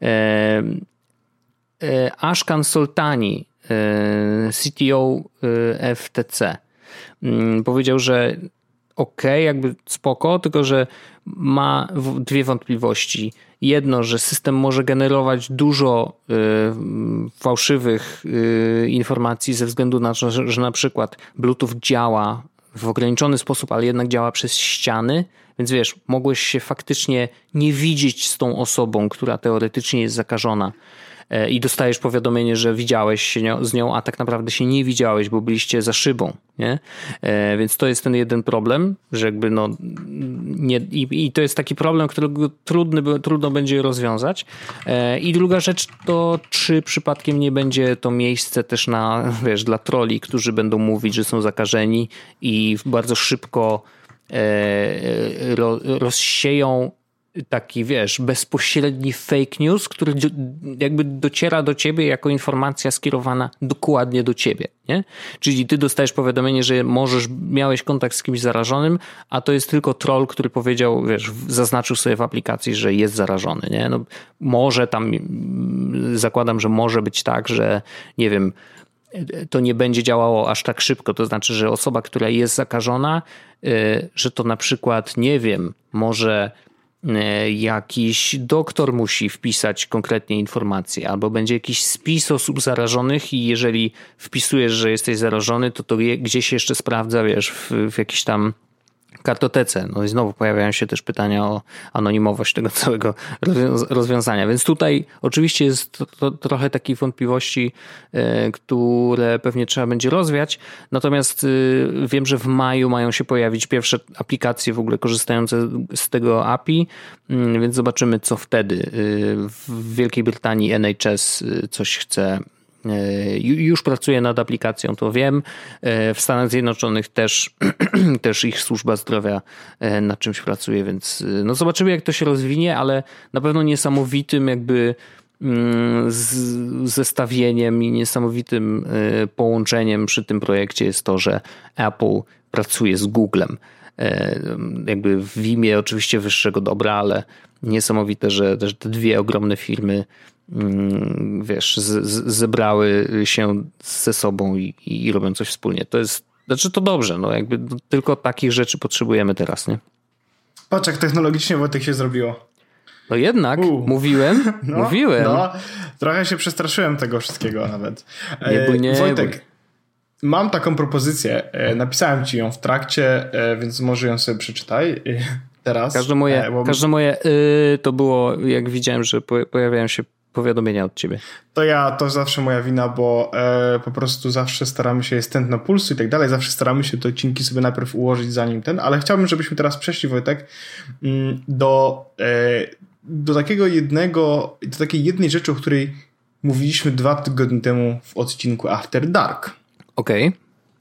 Ashkan Soltani, CTO FTC, powiedział, że jakby spoko, tylko że ma dwie wątpliwości. Jedno, że system może generować dużo fałszywych informacji ze względu na to, że na przykład Bluetooth działa w ograniczony sposób, ale jednak działa przez ściany, więc wiesz, mogłeś się faktycznie nie widzieć z tą osobą, która teoretycznie jest zakażona, i dostajesz powiadomienie, że widziałeś się z nią, a tak naprawdę się nie widziałeś, bo byliście za szybą, nie? Więc to jest ten jeden problem, że jakby i to jest taki problem, którego trudno będzie rozwiązać. I druga rzecz to, czy przypadkiem nie będzie to miejsce też na, wiesz, dla trolli, którzy będą mówić, że są zakażeni i bardzo szybko rozsieją taki, wiesz, bezpośredni fake news, który jakby dociera do ciebie jako informacja skierowana dokładnie do ciebie, nie? Czyli ty dostajesz powiadomienie, że miałeś kontakt z kimś zarażonym, a to jest tylko troll, który powiedział, wiesz, zaznaczył sobie w aplikacji, że jest zarażony, nie? No, może tam, zakładam, że może być tak, że nie wiem, to nie będzie działało aż tak szybko, to znaczy, że osoba, która jest zakażona, że to na przykład, nie wiem, może jakiś doktor musi wpisać konkretnie informacje, albo będzie jakiś spis osób zarażonych i jeżeli wpisujesz, że jesteś zarażony, to gdzieś jeszcze sprawdza, wiesz, w jakiejś tam kartotece. No i znowu pojawiają się też pytania o anonimowość tego całego rozwiązania. Więc tutaj oczywiście jest to trochę takich wątpliwości, które pewnie trzeba będzie rozwiać. Natomiast wiem, że w maju mają się pojawić pierwsze aplikacje w ogóle korzystające z tego API, więc zobaczymy, co wtedy. W Wielkiej Brytanii NHS coś chce, już pracuje nad aplikacją, to wiem. W Stanach Zjednoczonych też ich służba zdrowia nad czymś pracuje, więc no zobaczymy, jak to się rozwinie, ale na pewno niesamowitym jakby zestawieniem i niesamowitym połączeniem przy tym projekcie jest to, że Apple pracuje z Googlem. Jakby w imię oczywiście wyższego dobra, ale niesamowite, że też te dwie ogromne firmy, wiesz, zebrały się ze sobą i robią coś wspólnie. To jest, znaczy to dobrze, no jakby tylko takich rzeczy potrzebujemy teraz, nie? Patrz, jak technologicznie Wojtek się zrobiło. No jednak, mówiłem. No, trochę się przestraszyłem tego wszystkiego nawet. Nie, Wojtek, mam taką propozycję. Napisałem ci ją w trakcie, więc może ją sobie przeczytaj teraz. Każde moje to było, jak widziałem, że pojawiają się powiadomienia od ciebie. To zawsze moja wina, bo po prostu zawsze staramy się, jest tętno pulsu i tak dalej, zawsze staramy się te odcinki sobie najpierw ułożyć zanim ale chciałbym, żebyśmy teraz przeszli, Wojtek, do takiej jednej rzeczy, o której mówiliśmy 2 tygodnie temu w odcinku After Dark. Okej.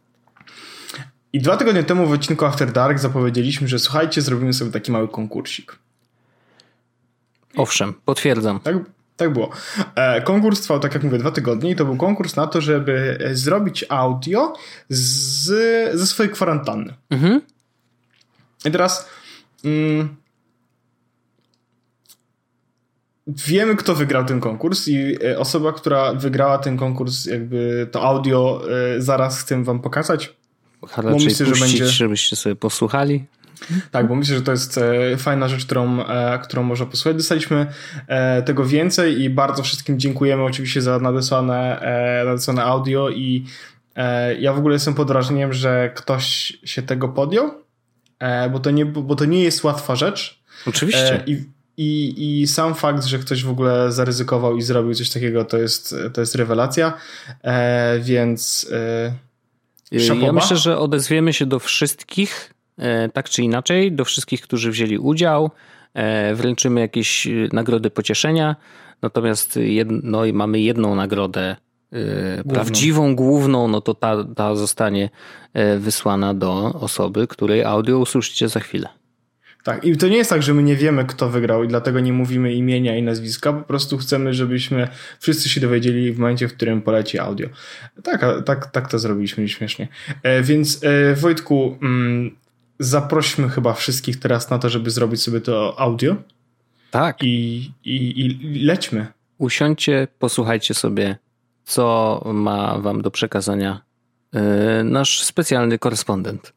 I 2 tygodnie temu w odcinku After Dark zapowiedzieliśmy, że słuchajcie, zrobimy sobie taki mały konkursik. Owszem, potwierdzam. Tak było. Konkurs trwał, tak jak mówię, 2 tygodnie i to był konkurs na to, żeby zrobić audio ze swojej kwarantanny. Mhm. I teraz wiemy, kto wygrał ten konkurs i osoba, która wygrała ten konkurs, jakby to audio zaraz chcę wam pokazać. Bo myślę, że będzie, żebyście sobie posłuchali. Tak, bo myślę, że to jest fajna rzecz, którą można posłuchać. Dostaliśmy tego więcej i bardzo wszystkim dziękujemy oczywiście za nadesłane audio i ja w ogóle jestem pod wrażeniem, że ktoś się tego podjął, bo to nie jest łatwa rzecz. Oczywiście. I sam fakt, że ktoś w ogóle zaryzykował i zrobił coś takiego, to jest rewelacja, więc ja myślę, że odezwiemy się do wszystkich, tak czy inaczej, do wszystkich, którzy wzięli udział, wręczymy jakieś nagrody pocieszenia, natomiast mamy jedną nagrodę prawdziwą, główną, no to ta zostanie wysłana do osoby, której audio usłyszycie za chwilę. Tak, i to nie jest tak, że my nie wiemy, kto wygrał i dlatego nie mówimy imienia i nazwiska, po prostu chcemy, żebyśmy wszyscy się dowiedzieli w momencie, w którym poleci audio. Tak to zrobiliśmy śmiesznie. Więc Wojtku, zaprośmy chyba wszystkich teraz na to, żeby zrobić sobie to audio. Tak. I lećmy. Usiądźcie, posłuchajcie sobie, co ma wam do przekazania nasz specjalny korespondent.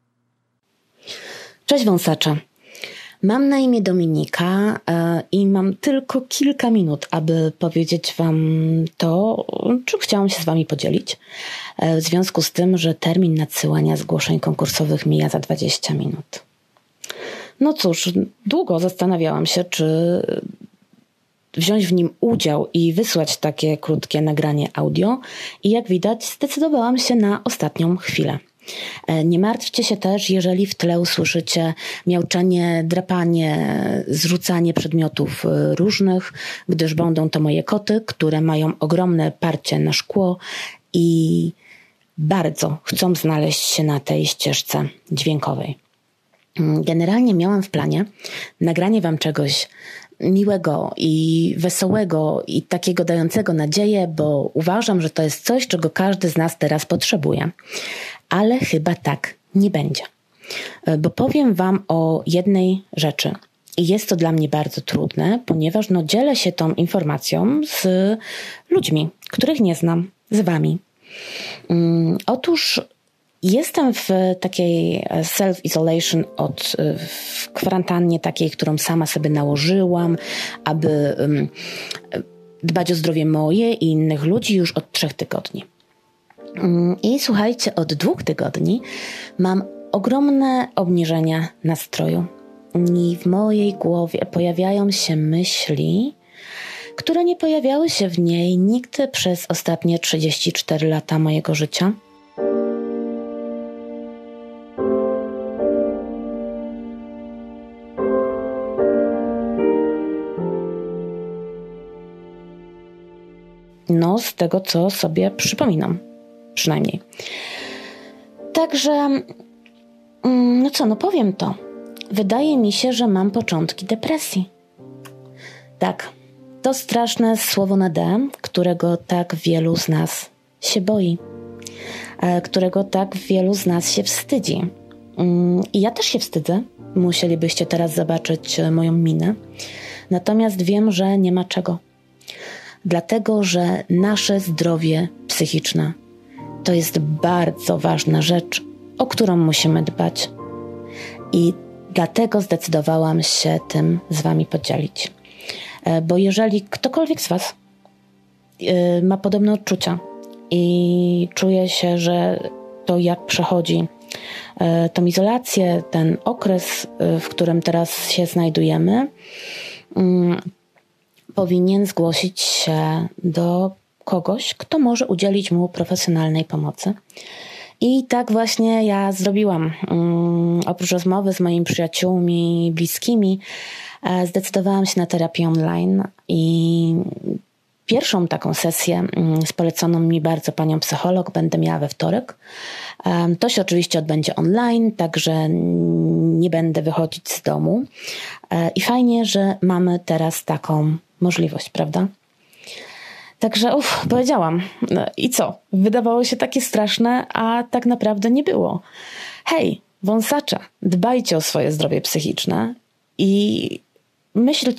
Cześć wąsacze. Mam na imię Dominika i mam tylko kilka minut, aby powiedzieć wam to, czym chciałam się z wami podzielić. W związku z tym, że termin nadsyłania zgłoszeń konkursowych mija za 20 minut. No cóż, długo zastanawiałam się, czy wziąć w nim udział i wysłać takie krótkie nagranie audio i jak widać zdecydowałam się na ostatnią chwilę. Nie martwcie się też, jeżeli w tle usłyszycie miauczenie, drapanie, zrzucanie przedmiotów różnych, gdyż będą to moje koty, które mają ogromne parcie na szkło i bardzo chcą znaleźć się na tej ścieżce dźwiękowej. Generalnie miałam w planie nagranie wam czegoś miłego i wesołego i takiego dającego nadzieję, bo uważam, że to jest coś, czego każdy z nas teraz potrzebuje. Ale chyba tak nie będzie. Bo powiem wam o jednej rzeczy. I jest to dla mnie bardzo trudne, ponieważ dzielę się tą informacją z ludźmi, których nie znam, z wami. Otóż jestem w takiej self-isolation w kwarantannie takiej, którą sama sobie nałożyłam, aby dbać o zdrowie moje i innych ludzi już od 3 tygodni. I słuchajcie, od 2 tygodni mam ogromne obniżenie nastroju. I w mojej głowie pojawiają się myśli, które nie pojawiały się w niej nigdy przez ostatnie 34 lata mojego życia. Z tego, co sobie przypominam. Przynajmniej. Także, powiem to. Wydaje mi się, że mam początki depresji. Tak, to straszne słowo na D, którego tak wielu z nas się boi. Którego tak wielu z nas się wstydzi. I ja też się wstydzę. Musielibyście teraz zobaczyć moją minę. Natomiast wiem, że nie ma czego. Dlatego, że nasze zdrowie psychiczne to jest bardzo ważna rzecz, o którą musimy dbać. I dlatego zdecydowałam się tym z wami podzielić. Bo jeżeli ktokolwiek z was ma podobne odczucia i czuje się, że to jak przechodzi tą izolację, ten okres, w którym teraz się znajdujemy, powinien zgłosić się do kogoś, kto może udzielić mu profesjonalnej pomocy. I tak właśnie ja zrobiłam. Oprócz rozmowy z moimi przyjaciółmi, bliskimi, zdecydowałam się na terapię online i pierwszą taką sesję z poleconą mi bardzo panią psycholog będę miała we wtorek. To się oczywiście odbędzie online, także nie będę wychodzić z domu. I fajnie, że mamy teraz taką możliwość, prawda? Także powiedziałam. I co? Wydawało się takie straszne, a tak naprawdę nie było. Hej, wąsacze, dbajcie o swoje zdrowie psychiczne i myślcie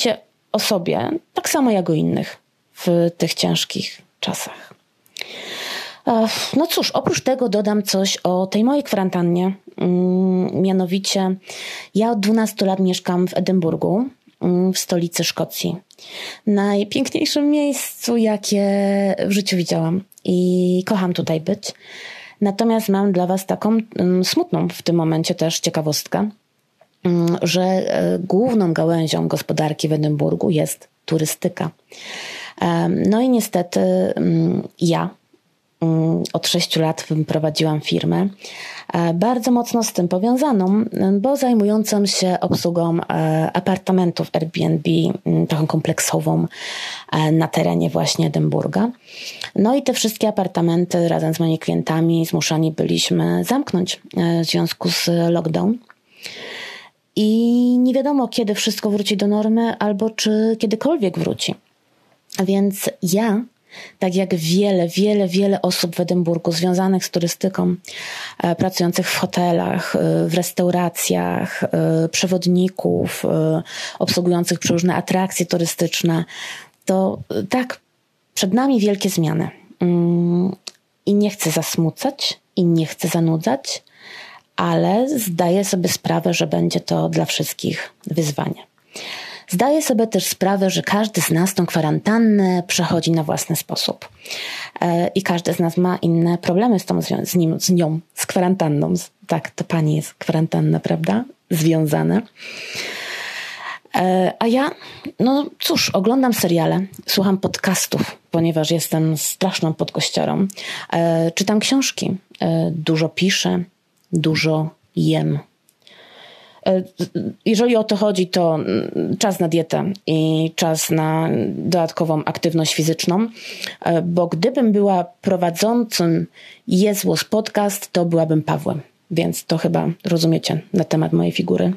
o sobie, tak samo jak o innych w tych ciężkich czasach. No cóż, oprócz tego dodam coś o tej mojej kwarantannie. Mianowicie ja od 12 lat mieszkam w Edynburgu, w stolicy Szkocji. Najpiękniejszym miejscu, jakie w życiu widziałam i kocham tutaj być. Natomiast mam dla was taką smutną w tym momencie też ciekawostkę, że główną gałęzią gospodarki w Edynburgu jest turystyka. No i niestety ja od 6 lat prowadziłam firmę bardzo mocno z tym powiązaną, bo zajmującą się obsługą apartamentów Airbnb, taką kompleksową na terenie właśnie Edynburga. No i te wszystkie apartamenty razem z moimi klientami zmuszani byliśmy zamknąć w związku z lockdown. I nie wiadomo, kiedy wszystko wróci do normy, albo czy kiedykolwiek wróci. Więc ja, tak jak wiele osób w Edynburgu związanych z turystyką, pracujących w hotelach, w restauracjach, przewodników, obsługujących przeróżne atrakcje turystyczne, to tak, przed nami wielkie zmiany. I nie chcę zasmucać i nie chcę zanudzać, ale zdaję sobie sprawę, że będzie to dla wszystkich wyzwanie. Zdaję sobie też sprawę, że każdy z nas tą kwarantannę przechodzi na własny sposób. I każdy z nas ma inne problemy z kwarantanną. Tak, to pani jest kwarantanna, prawda? Związane. A ja, no cóż, oglądam seriale, słucham podcastów, ponieważ jestem straszną podkościorą. Czytam książki, dużo piszę, dużo jem. Jeżeli o to chodzi, to czas na dietę i czas na dodatkową aktywność fizyczną, bo gdybym była prowadzącym Jezłos podcast, to byłabym Pawłem, więc to chyba rozumiecie na temat mojej figury,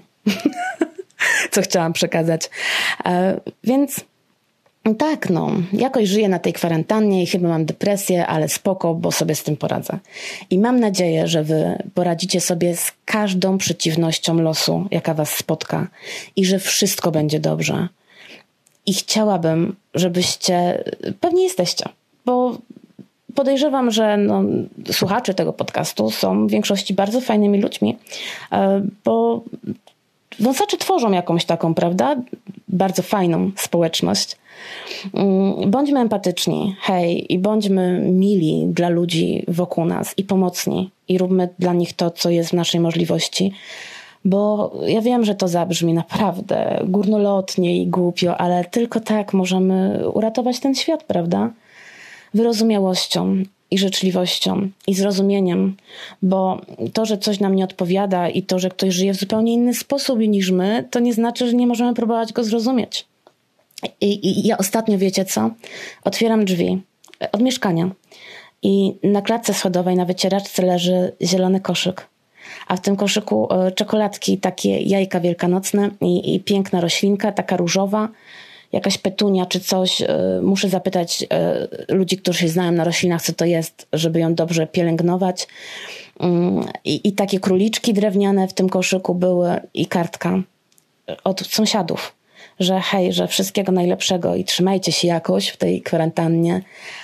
co chciałam przekazać. Więc tak, no, jakoś żyję na tej kwarantannie i chyba mam depresję, ale spoko, bo sobie z tym poradzę. I mam nadzieję, że wy poradzicie sobie z każdą przeciwnością losu, jaka was spotka i że wszystko będzie dobrze. I chciałabym, żebyście, pewnie jesteście, bo podejrzewam, że słuchacze tego podcastu są w większości bardzo fajnymi ludźmi, bo wąsacze tworzą jakąś taką, prawda, bardzo fajną społeczność. Bądźmy empatyczni, hej, i bądźmy mili dla ludzi wokół nas i pomocni i róbmy dla nich to, co jest w naszej możliwości, bo ja wiem, że to zabrzmi naprawdę górnolotnie i głupio, ale tylko tak możemy uratować ten świat, prawda? Wyrozumiałością i życzliwością i zrozumieniem, bo to, że coś nam nie odpowiada i to, że ktoś żyje w zupełnie inny sposób niż my, to nie znaczy, że nie możemy próbować go zrozumieć. I ja ostatnio, wiecie co? Otwieram drzwi od mieszkania i na klatce schodowej na wycieraczce leży zielony koszyk, a w tym koszyku czekoladki, takie jajka wielkanocne i piękna roślinka, taka różowa, jakaś petunia czy coś. Muszę zapytać ludzi, którzy się znają na roślinach, co to jest, żeby ją dobrze pielęgnować. I takie króliczki drewniane w tym koszyku były i kartka od sąsiadów, że hej, że wszystkiego najlepszego i trzymajcie się jakoś w tej kwarantannie.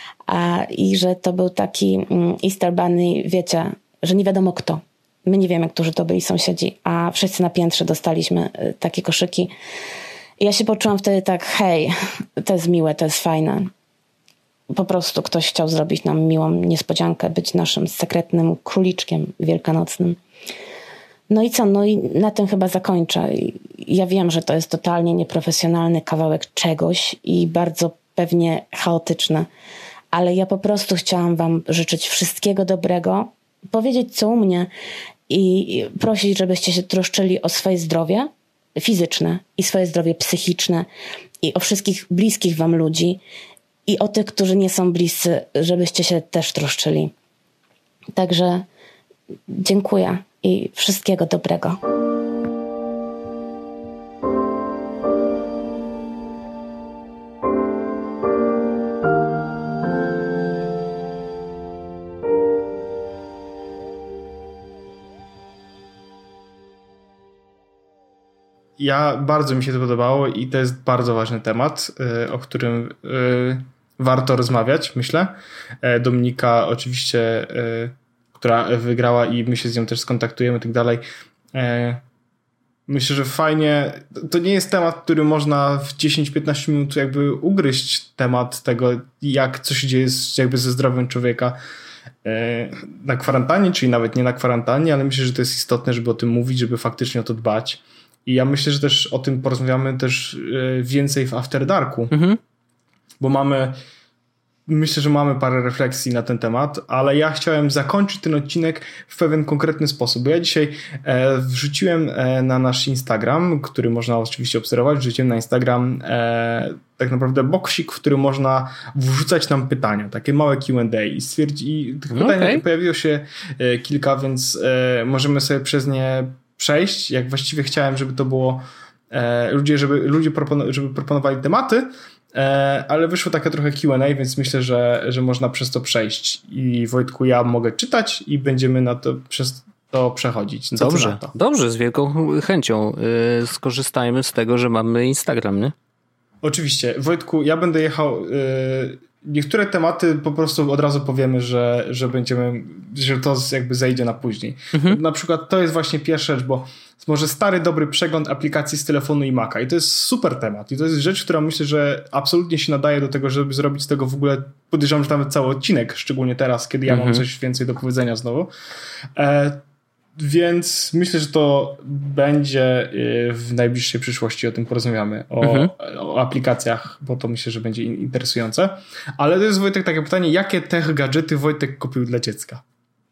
I że to był taki Easter Bunny, wiecie, że nie wiadomo kto. My nie wiemy, którzy to byli sąsiedzi, a wszyscy na piętrze dostaliśmy takie koszyki. I ja się poczułam wtedy tak, hej, to jest miłe, to jest fajne. Po prostu ktoś chciał zrobić nam miłą niespodziankę, być naszym sekretnym króliczkiem wielkanocnym. No i co? No i na tym chyba zakończę. Ja wiem, że to jest totalnie nieprofesjonalny kawałek czegoś i bardzo pewnie chaotyczne, ale ja po prostu chciałam wam życzyć wszystkiego dobrego, powiedzieć co u mnie i prosić, żebyście się troszczyli o swoje zdrowie fizyczne i swoje zdrowie psychiczne i o wszystkich bliskich wam ludzi i o tych, którzy nie są bliscy, żebyście się też troszczyli. Także dziękuję i wszystkiego dobrego. ja bardzo mi się to podobało i to jest bardzo ważny temat, o którym warto rozmawiać, myślę. Dominika oczywiście, która wygrała i my się z nią też skontaktujemy i tak dalej. Myślę, że fajnie, to nie jest temat, który można w 10-15 minut jakby ugryźć temat tego, jak co się dzieje jakby ze zdrowiem człowieka na kwarantannie, czyli nawet nie na kwarantannie, ale myślę, że to jest istotne, żeby o tym mówić, żeby faktycznie o to dbać. I ja myślę, że też o tym porozmawiamy też więcej w After Darku, bo myślę, że mamy parę refleksji na ten temat, ale ja chciałem zakończyć ten odcinek w pewien konkretny sposób, bo ja dzisiaj wrzuciłem na nasz Instagram, który można oczywiście obserwować, wrzuciłem na Instagram tak naprawdę boksik, w którym można wrzucać nam pytania, takie małe Q&A i tych pytań pojawiło się kilka, więc możemy sobie przez nie przejść, jak właściwie chciałem, żeby to było ludzie proponowali tematy, ale wyszło takie trochę Q&A, więc myślę, że można przez to przejść. I Wojtku, ja mogę czytać i będziemy przez to przechodzić. Dobrze, z wielką chęcią. Skorzystajmy z tego, że mamy Instagram, nie? Oczywiście. Wojtku, ja będę jechał... Niektóre tematy po prostu od razu powiemy, że to jakby zejdzie na później. Na przykład to jest właśnie pierwsza rzecz, bo może stary, dobry przegląd aplikacji z telefonu i Maca. I to jest super temat. I to jest rzecz, która myślę, że absolutnie się nadaje do tego, żeby zrobić z tego w ogóle, podejrzewam, że nawet cały odcinek, szczególnie teraz, kiedy ja mam coś więcej do powiedzenia znowu. Więc myślę, że to będzie w najbliższej przyszłości, o tym porozmawiamy, o aplikacjach, bo to myślę, że będzie interesujące. Ale to jest, Wojtek, takie pytanie, jakie tech gadżety Wojtek kupił dla dziecka?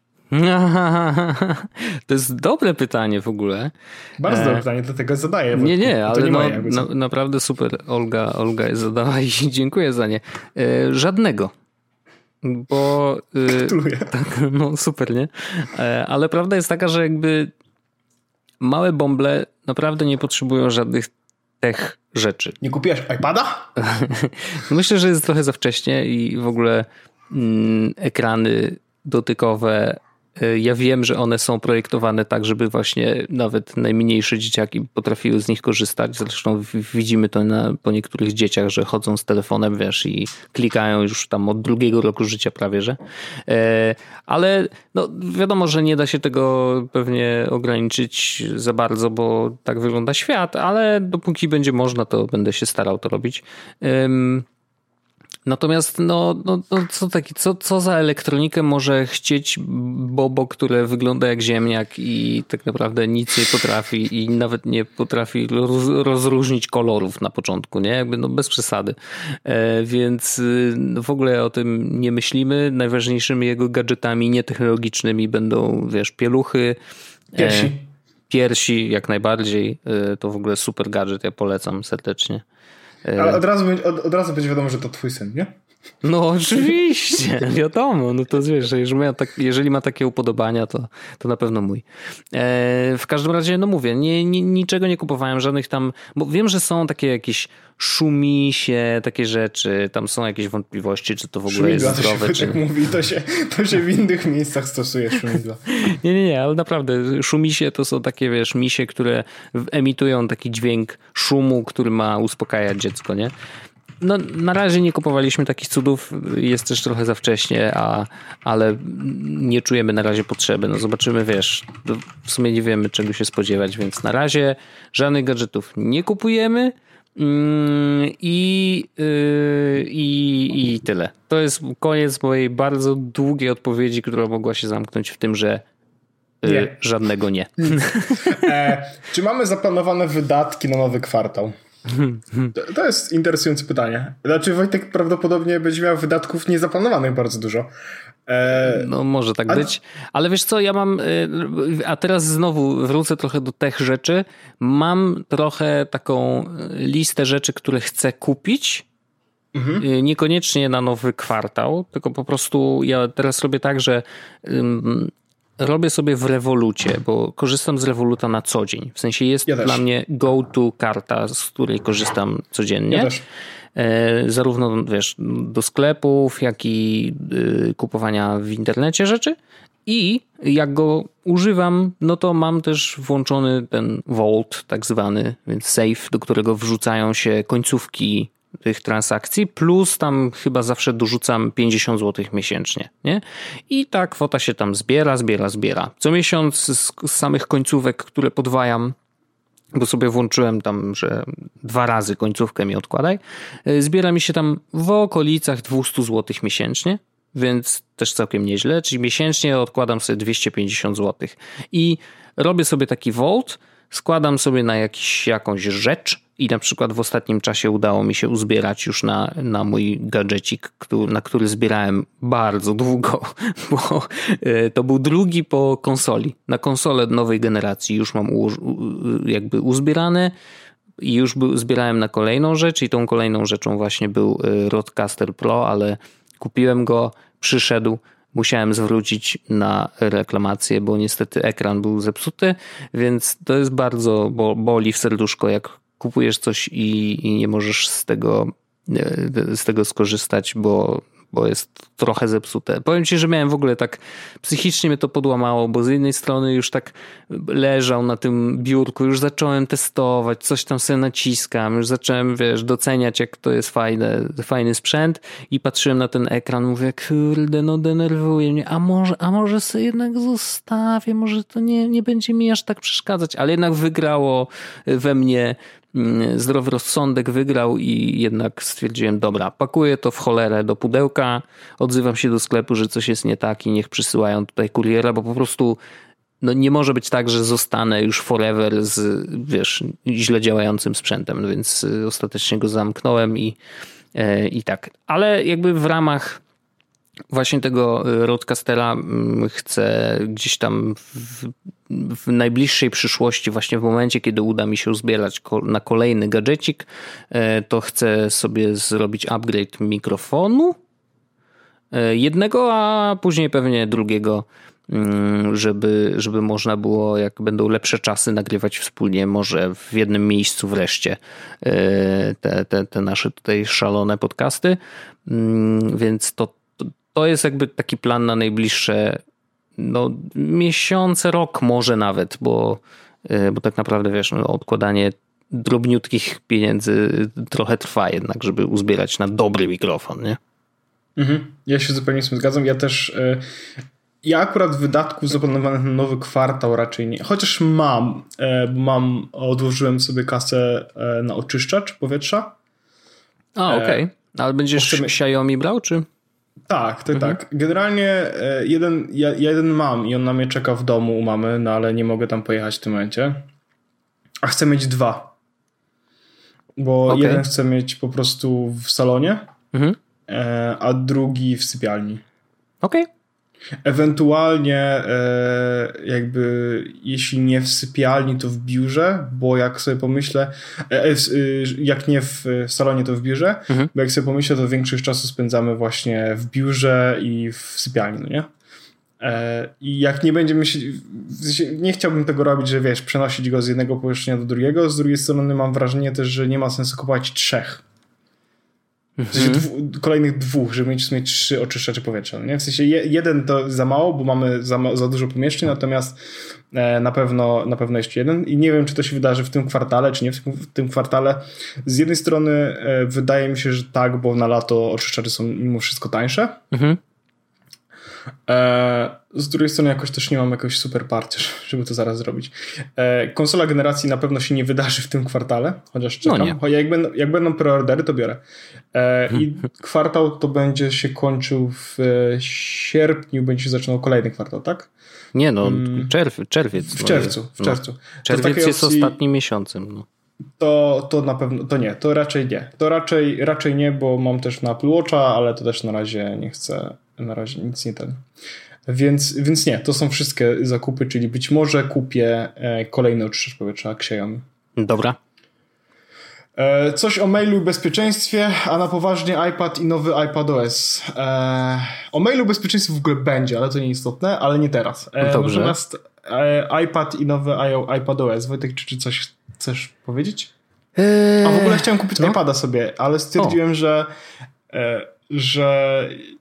To jest dobre pytanie w ogóle. Bardzo dobre pytanie, dlatego zadaję. Nie, ale naprawdę super Olga je zadała i dziękuję za nie. Żadnego. Bo tak, no super, nie? Ale prawda jest taka, że jakby małe bąble naprawdę nie potrzebują żadnych tech rzeczy. Nie kupiłeś iPada? Myślę, że jest trochę za wcześnie i w ogóle ekrany dotykowe, ja wiem, że one są projektowane tak, żeby właśnie nawet najmniejsze dzieciaki potrafiły z nich korzystać. Zresztą widzimy to po niektórych dzieciach, że chodzą z telefonem, wiesz, i klikają już tam od 2 roku życia prawie, że. Ale no, wiadomo, że nie da się tego pewnie ograniczyć za bardzo, bo tak wygląda świat, ale dopóki będzie można, to będę się starał to robić. Natomiast co za elektronikę może chcieć Bobo, które wygląda jak ziemniak i tak naprawdę nic nie potrafi i nawet nie potrafi rozróżnić kolorów na początku, nie? Jakby bez przesady. Więc w ogóle o tym nie myślimy. Najważniejszymi jego gadżetami nietechnologicznymi będą, wiesz, pieluchy. Piersi jak najbardziej. To w ogóle super gadżet, ja polecam serdecznie. Ale od razu będzie wiadomo, że to twój syn, nie? No oczywiście, wiadomo. No to wiesz, że jeżeli ma takie upodobania, to na pewno mój. W każdym razie, no mówię, niczego nie kupowałem, żadnych tam, bo wiem, że są takie jakieś szumisie, takie rzeczy, tam są jakieś wątpliwości, czy to w ogóle jest zdrowe. To mówi, to się w innych miejscach stosuje szumidła. Nie, ale naprawdę szumisie to są takie, wiesz, misie, które emitują taki dźwięk szumu, który ma uspokajać dziecko, nie? No, na razie nie kupowaliśmy takich cudów, jest też trochę za wcześnie, ale nie czujemy na razie potrzeby. No zobaczymy, wiesz, w sumie nie wiemy, czego się spodziewać, więc na razie żadnych gadżetów nie kupujemy i tyle. To jest koniec mojej bardzo długiej odpowiedzi, która mogła się zamknąć w tym, że żadnego nie. Czy mamy zaplanowane wydatki na nowy kwartał? To jest interesujące pytanie. Znaczy Wojtek prawdopodobnie będzie miał wydatków niezaplanowanych bardzo dużo. No może tak być. Ale wiesz co, ja mam, a teraz znowu wrócę trochę do tych rzeczy. Mam trochę taką listę rzeczy, które chcę kupić. Niekoniecznie na nowy kwartał, tylko po prostu ja teraz robię tak, że robię sobie w Revolucie, bo korzystam z Revoluta na co dzień. W sensie jest dla mnie go-to karta, z której korzystam codziennie. Ja też. Zarówno, wiesz, do sklepów, jak i kupowania w internecie rzeczy. I jak go używam, no to mam też włączony ten vault tak zwany, więc safe, do którego wrzucają się końcówki tych transakcji, plus tam chyba zawsze dorzucam 50 zł miesięcznie, nie? I ta kwota się tam zbiera. Co miesiąc z samych końcówek, które podwajam, bo sobie włączyłem tam, że 2 razy końcówkę mi odkładaj, zbiera mi się tam w okolicach 200 zł miesięcznie, więc też całkiem nieźle, czyli miesięcznie odkładam sobie 250 zł i robię sobie taki vault, składam sobie na jakąś rzecz i na przykład w ostatnim czasie udało mi się uzbierać już na mój gadżecik, na który zbierałem bardzo długo, bo to był drugi po konsoli. Na konsolę nowej generacji już mam jakby uzbierane i już zbierałem na kolejną rzecz i tą kolejną rzeczą właśnie był Rodecaster Pro, ale kupiłem go, przyszedł, musiałem zwrócić na reklamację, bo niestety ekran był zepsuty, więc to jest bardzo boli w serduszko, jak kupujesz coś i nie możesz z tego skorzystać, bo jest trochę zepsute. Powiem ci, że miałem w ogóle tak, psychicznie mnie to podłamało, bo z jednej strony już tak leżał na tym biurku, już zacząłem testować, coś tam sobie naciskam, już zacząłem, doceniać, jak to jest fajny sprzęt i patrzyłem na ten ekran, mówię, kurde, no denerwuje mnie, a może sobie jednak zostawię, może to nie będzie mi aż tak przeszkadzać, ale jednak wygrało we mnie zdrowy rozsądek, wygrał i jednak stwierdziłem, dobra, pakuję to w cholerę do pudełka, odzywam się do sklepu, że coś jest nie tak i niech przysyłają tutaj kuriera, bo po prostu no nie może być tak, że zostanę już forever z, źle działającym sprzętem, no więc ostatecznie go zamknąłem i tak. Ale jakby w ramach właśnie tego Rodecastera chcę gdzieś tam w najbliższej przyszłości, właśnie w momencie, kiedy uda mi się uzbierać na kolejny gadżecik, to chcę sobie zrobić upgrade mikrofonu jednego, a później pewnie drugiego, żeby można było, jak będą lepsze czasy, nagrywać wspólnie, może w jednym miejscu wreszcie te nasze tutaj szalone podcasty. Więc to jest jakby taki plan na najbliższe miesiące, rok może nawet, bo tak naprawdę odkładanie drobniutkich pieniędzy trochę trwa jednak, żeby uzbierać na dobry mikrofon, nie? Ja się zupełnie z tym zgadzam. Ja też ja akurat wydatków zaplanowanych na nowy kwartał raczej nie. Chociaż odłożyłem sobie kasę na oczyszczacz powietrza. Okej. Ale będziesz Xiaomi brał, czy? Tak. Generalnie jeden mam i on na mnie czeka w domu u mamy, no ale nie mogę tam pojechać w tym momencie. A chcę mieć 2. Bo jeden chcę mieć po prostu w salonie, a drugi w sypialni. Okej. Ewentualnie jakby jeśli nie w sypialni, to w biurze, bo jak sobie pomyślę, jak nie w salonie, to w biurze, bo jak sobie pomyślę, to większość czasu spędzamy właśnie w biurze i w sypialni, no nie? I jak nie będziemy się, nie chciałbym tego robić, że przenosić go z jednego pomieszczenia do drugiego, z drugiej strony mam wrażenie też, że nie ma sensu kupować 3. W sensie kolejnych 2, żeby mieć 3 oczyszczacze powietrza. Nie? W sensie jeden to za mało, bo mamy za dużo pomieszczeń, natomiast na pewno jeszcze jeden. I nie wiem, czy to się wydarzy w tym kwartale, czy nie w tym kwartale. Z jednej strony wydaje mi się, że tak, bo na lato oczyszczacze są mimo wszystko tańsze. Z drugiej strony jakoś też nie mam jakoś super parcia, żeby to zaraz zrobić. Konsola generacji na pewno się nie wydarzy w tym kwartale, chociaż czekam. Jak będą preordery, to biorę. I kwartał to będzie się kończył w sierpniu, będzie się zaczynał kolejny kwartał, tak? Nie czerwiec. W czerwcu. Czerwiec jest ostatnim miesiącem. No. To na pewno, to nie, to raczej nie. To raczej nie, bo mam też na Apple Watcha, ale to też na razie nie chcę, na razie nic nie ten. Więc nie, to są wszystkie zakupy, czyli być może kupię kolejny oczyszczacz powietrza Xiaomi. Dobra. Coś o mailu i bezpieczeństwie, a na poważnie iPad i nowy iPadOS. O mailu i bezpieczeństwie w ogóle będzie, ale to nieistotne, ale nie teraz. Dobrze. Natomiast iPad i nowy iPadOS. Wojtek, czy coś chcesz powiedzieć? A w ogóle chciałem kupić iPada sobie, ale stwierdziłem, że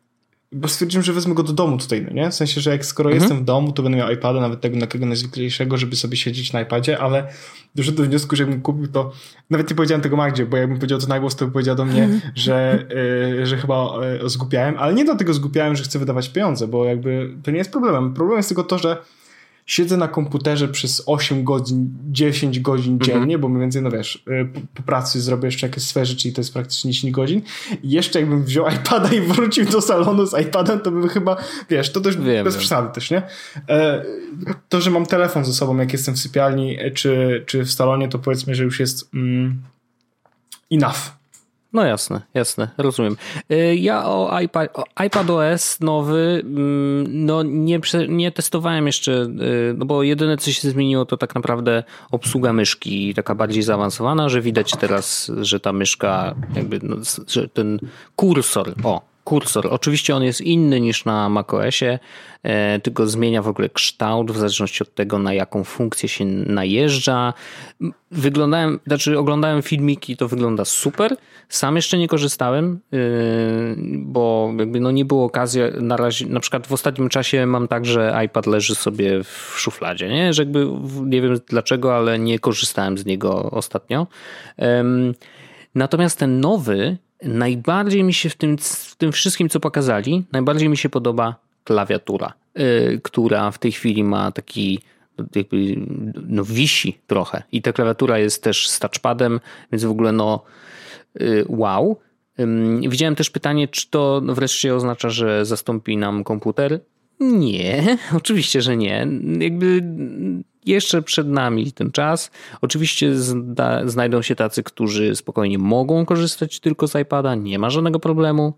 bo stwierdziłem, że wezmę go do domu tutaj, no nie? W sensie, że jak skoro jestem w domu, to będę miał iPada, nawet tego takiego najzwyklejszego, żeby sobie siedzieć na iPadzie, ale doszedłem do wniosku, że jakbym kupił to, nawet nie powiedziałem tego Magdzie, bo jakbym powiedział to na głos, to by powiedział do mnie, że chyba zgłupiałem, ale nie dlatego zgłupiałem, że chcę wydawać pieniądze, bo jakby to nie jest problemem. Problemem jest tylko to, że siedzę na komputerze przez 8 godzin, 10 godzin dziennie, bo mniej więcej, no wiesz, po pracy zrobię jeszcze jakieś swoje rzeczy i to jest praktycznie 10 godzin. I jeszcze jakbym wziął iPada i wrócił do salonu z iPadem, to bym chyba, wiesz, to też bez przesady też, nie? To, że mam telefon ze sobą, jak jestem w sypialni czy w salonie, to powiedzmy, że już jest enough. No jasne, rozumiem. Ja o iPadOS nowy no nie testowałem jeszcze, no bo jedyne co się zmieniło to tak naprawdę obsługa myszki taka bardziej zaawansowana, że widać teraz, że ta myszka jakby, no, że ten kursor, oczywiście on jest inny niż na macOSie, tylko zmienia w ogóle kształt w zależności od tego, na jaką funkcję się najeżdża. Oglądałem filmiki, to wygląda super. Sam jeszcze nie korzystałem, bo jakby no nie było okazji na razie. Na przykład w ostatnim czasie mam tak, że iPad leży sobie w szufladzie, nie? Że jakby nie wiem dlaczego, ale nie korzystałem z niego ostatnio. Natomiast ten nowy, najbardziej mi się w tym wszystkim, co pokazali, najbardziej mi się podoba klawiatura, która w tej chwili ma taki, jakby, no wisi trochę. I ta klawiatura jest też z touchpadem, więc w ogóle no wow. Widziałem też pytanie, czy to wreszcie oznacza, że zastąpi nam komputer? Nie, oczywiście, że nie. Jakby jeszcze przed nami ten czas. Oczywiście znajdą się tacy, którzy spokojnie mogą korzystać tylko z iPada, nie ma żadnego problemu.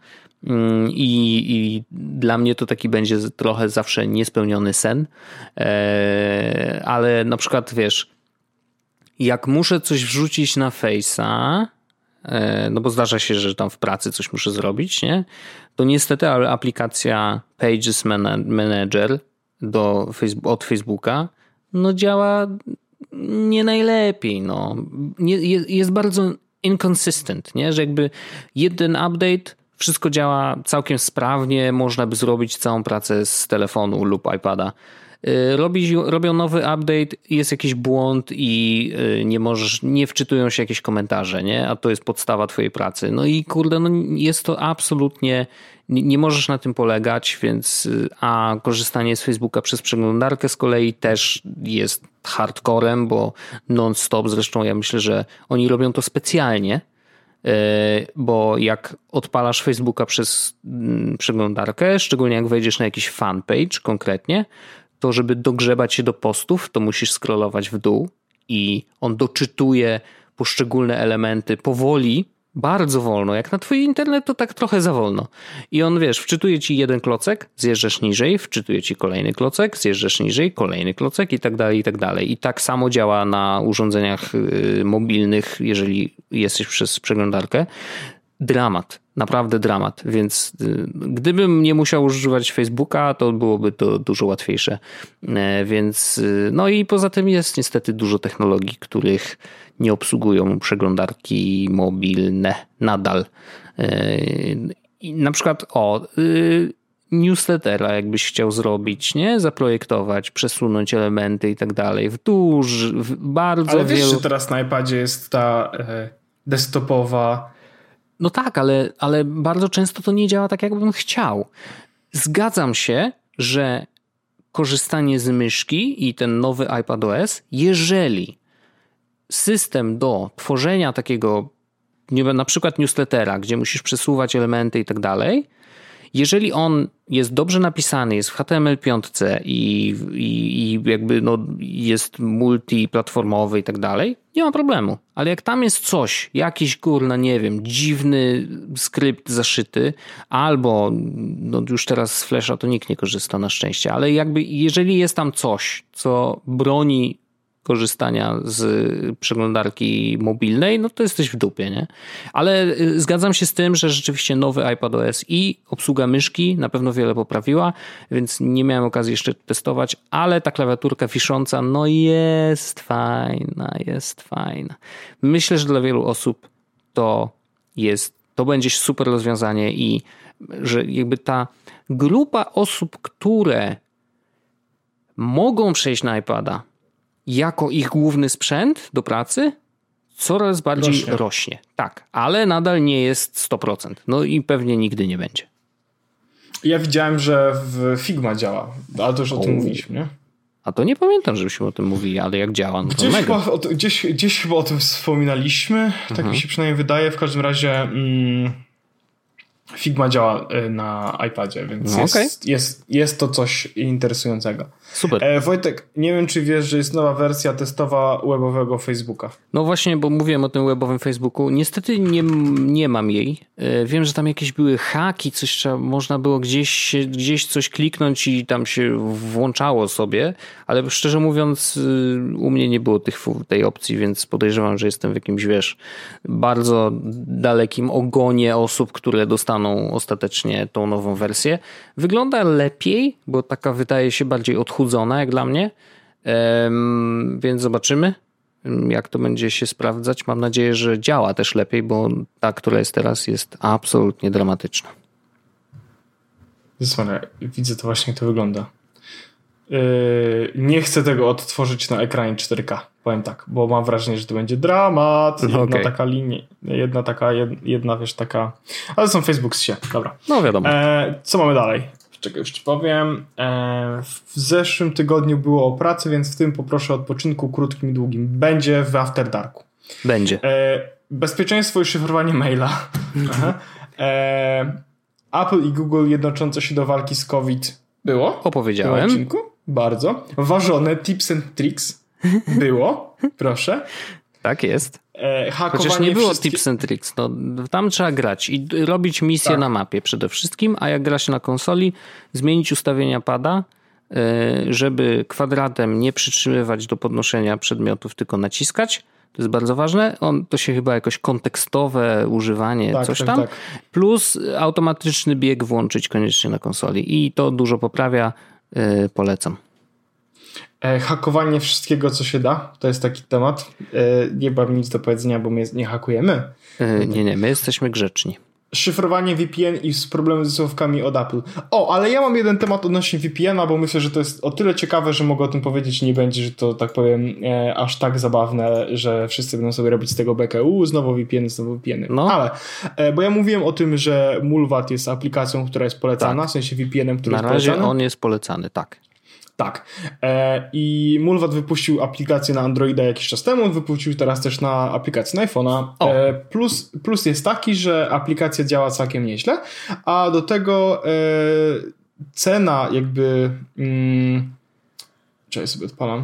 I dla mnie to taki będzie trochę zawsze niespełniony sen. Ale na przykład wiesz, jak muszę coś wrzucić na Face'a, no bo zdarza się, że tam w pracy coś muszę zrobić, nie? To niestety, ale aplikacja Pages Manager od Facebooka no działa nie najlepiej, no. Jest bardzo inconsistent, nie? Że jakby jeden update, wszystko działa całkiem sprawnie, można by zrobić całą pracę z telefonu lub iPada. Robią nowy update, jest jakiś błąd i nie wczytują się jakieś komentarze, nie? A to jest podstawa twojej pracy. No i kurde, no jest to absolutnie, nie możesz na tym polegać, więc a korzystanie z Facebooka przez przeglądarkę z kolei też jest hardcorem, bo non-stop, zresztą ja myślę, że oni robią to specjalnie, bo jak odpalasz Facebooka przez przeglądarkę, szczególnie jak wejdziesz na jakiś fanpage konkretnie, to żeby dogrzebać się do postów, to musisz scrollować w dół i on doczytuje poszczególne elementy powoli, bardzo wolno. Jak na twój internet to tak trochę za wolno. I on, wiesz, wczytuje ci jeden klocek, zjeżdżasz niżej, wczytuje ci kolejny klocek, zjeżdżasz niżej, kolejny klocek i tak dalej, i tak dalej. I tak samo działa na urządzeniach mobilnych, jeżeli jesteś przez przeglądarkę. Dramat, naprawdę dramat, więc gdybym nie musiał używać Facebooka, to byłoby to dużo łatwiejsze, więc no i poza tym jest niestety dużo technologii, których nie obsługują przeglądarki mobilne nadal. I na przykład newslettera jakbyś chciał zrobić, nie? Zaprojektować, przesunąć elementy i tak dalej, bardzo ale wiesz, że teraz na iPadzie jest ta desktopowa. No tak, ale bardzo często to nie działa tak, jakbym chciał. Zgadzam się, że korzystanie z myszki i ten nowy iPadOS, jeżeli system do tworzenia takiego, na przykład newslettera, gdzie musisz przesuwać elementy i tak dalej, jeżeli on jest dobrze napisany, jest w HTML5 i jakby no jest multiplatformowy i tak dalej, nie ma problemu. Ale jak tam jest coś, jakiś kurna, nie wiem, dziwny skrypt zaszyty, albo no już teraz z Flasha to nikt nie korzysta na szczęście, ale jakby jeżeli jest tam coś, co broni korzystania z przeglądarki mobilnej, no to jesteś w dupie, nie? Ale zgadzam się z tym, że rzeczywiście nowy iPadOS i obsługa myszki na pewno wiele poprawiła, więc nie miałem okazji jeszcze testować, ale ta klawiaturka wisząca, no jest fajna. Myślę, że dla wielu osób to będzie super rozwiązanie i że jakby ta grupa osób, które mogą przejść na iPada jako ich główny sprzęt do pracy, coraz bardziej rośnie. Tak, ale nadal nie jest 100%. No i pewnie nigdy nie będzie. Ja widziałem, że w Figma działa, ale to już o tym mówiliśmy, nie? A to nie pamiętam, żebyśmy o tym mówili, ale jak działa, no to mega. Gdzieś chyba o tym wspominaliśmy, tak mi się przynajmniej wydaje. W każdym razie Figma działa na iPadzie, więc jest to coś interesującego. Super. Wojtek, nie wiem, czy wiesz, że jest nowa wersja testowa webowego Facebooka. No właśnie, bo mówiłem o tym webowym Facebooku. Niestety nie mam jej. Wiem, że tam jakieś były haki, coś można było gdzieś coś kliknąć i tam się włączało sobie, ale szczerze mówiąc u mnie nie było tej opcji, więc podejrzewam, że jestem w jakimś, bardzo dalekim ogonie osób, które dostaną ostatecznie tą nową wersję. Wygląda lepiej, bo taka wydaje się bardziej odchudzona jak dla mnie, więc zobaczymy, jak to będzie się sprawdzać. Mam nadzieję, że działa też lepiej, bo ta, która jest teraz, jest absolutnie dramatyczna. Widzę to właśnie, jak to wygląda. Nie chcę tego odtworzyć na ekranie 4K, powiem tak, bo mam wrażenie, że to będzie dramat. Taka linia, jedna taka, ale są Facebooksie, dobra. No wiadomo. Co mamy dalej? Czekaj, już ci powiem. W zeszłym tygodniu było o pracy, więc w tym poproszę o odpoczynku krótkim i długim. Będzie w After Darku. Będzie. Bezpieczeństwo i szyfrowanie maila. Apple i Google jednoczące się do walki z COVID było. Opowiedziałem. W odcinku. Bardzo. Ważone tips and tricks. Było. Proszę. Tak jest. Chociaż nie było tips and tricks. No, tam trzeba grać i robić misję na mapie przede wszystkim, a jak gra się na konsoli, zmienić ustawienia pada, żeby kwadratem nie przytrzymywać do podnoszenia przedmiotów, tylko naciskać. To jest bardzo ważne. To się chyba jakoś kontekstowe używanie, coś tam. Tak. Plus automatyczny bieg włączyć koniecznie na konsoli. I to dużo poprawia. Polecam. Hakowanie wszystkiego, co się da. To jest taki temat. Nie mam nic do powiedzenia, bo my nie hakujemy. Nie, my jesteśmy grzeczni. Szyfrowanie VPN i problemy ze słówkami od Apple. Ale ja mam jeden temat odnośnie VPN-a, bo myślę, że to jest o tyle ciekawe, że mogę o tym powiedzieć. Nie będzie, że to tak powiem aż tak zabawne, że wszyscy będą sobie robić z tego bekę. Znowu VPN-y. No. Ale, bo ja mówiłem o tym, że Mulvat jest aplikacją, która jest polecana, w sensie VPN-em, który jest polecany. Na razie on jest polecany, tak. Tak. I Mulvat wypuścił aplikację na Androida jakiś czas temu, wypuścił teraz też na aplikację na iPhone'a. Plus jest taki, że aplikacja działa całkiem nieźle, a do tego cena jakby... Czekaj, sobie odpalam.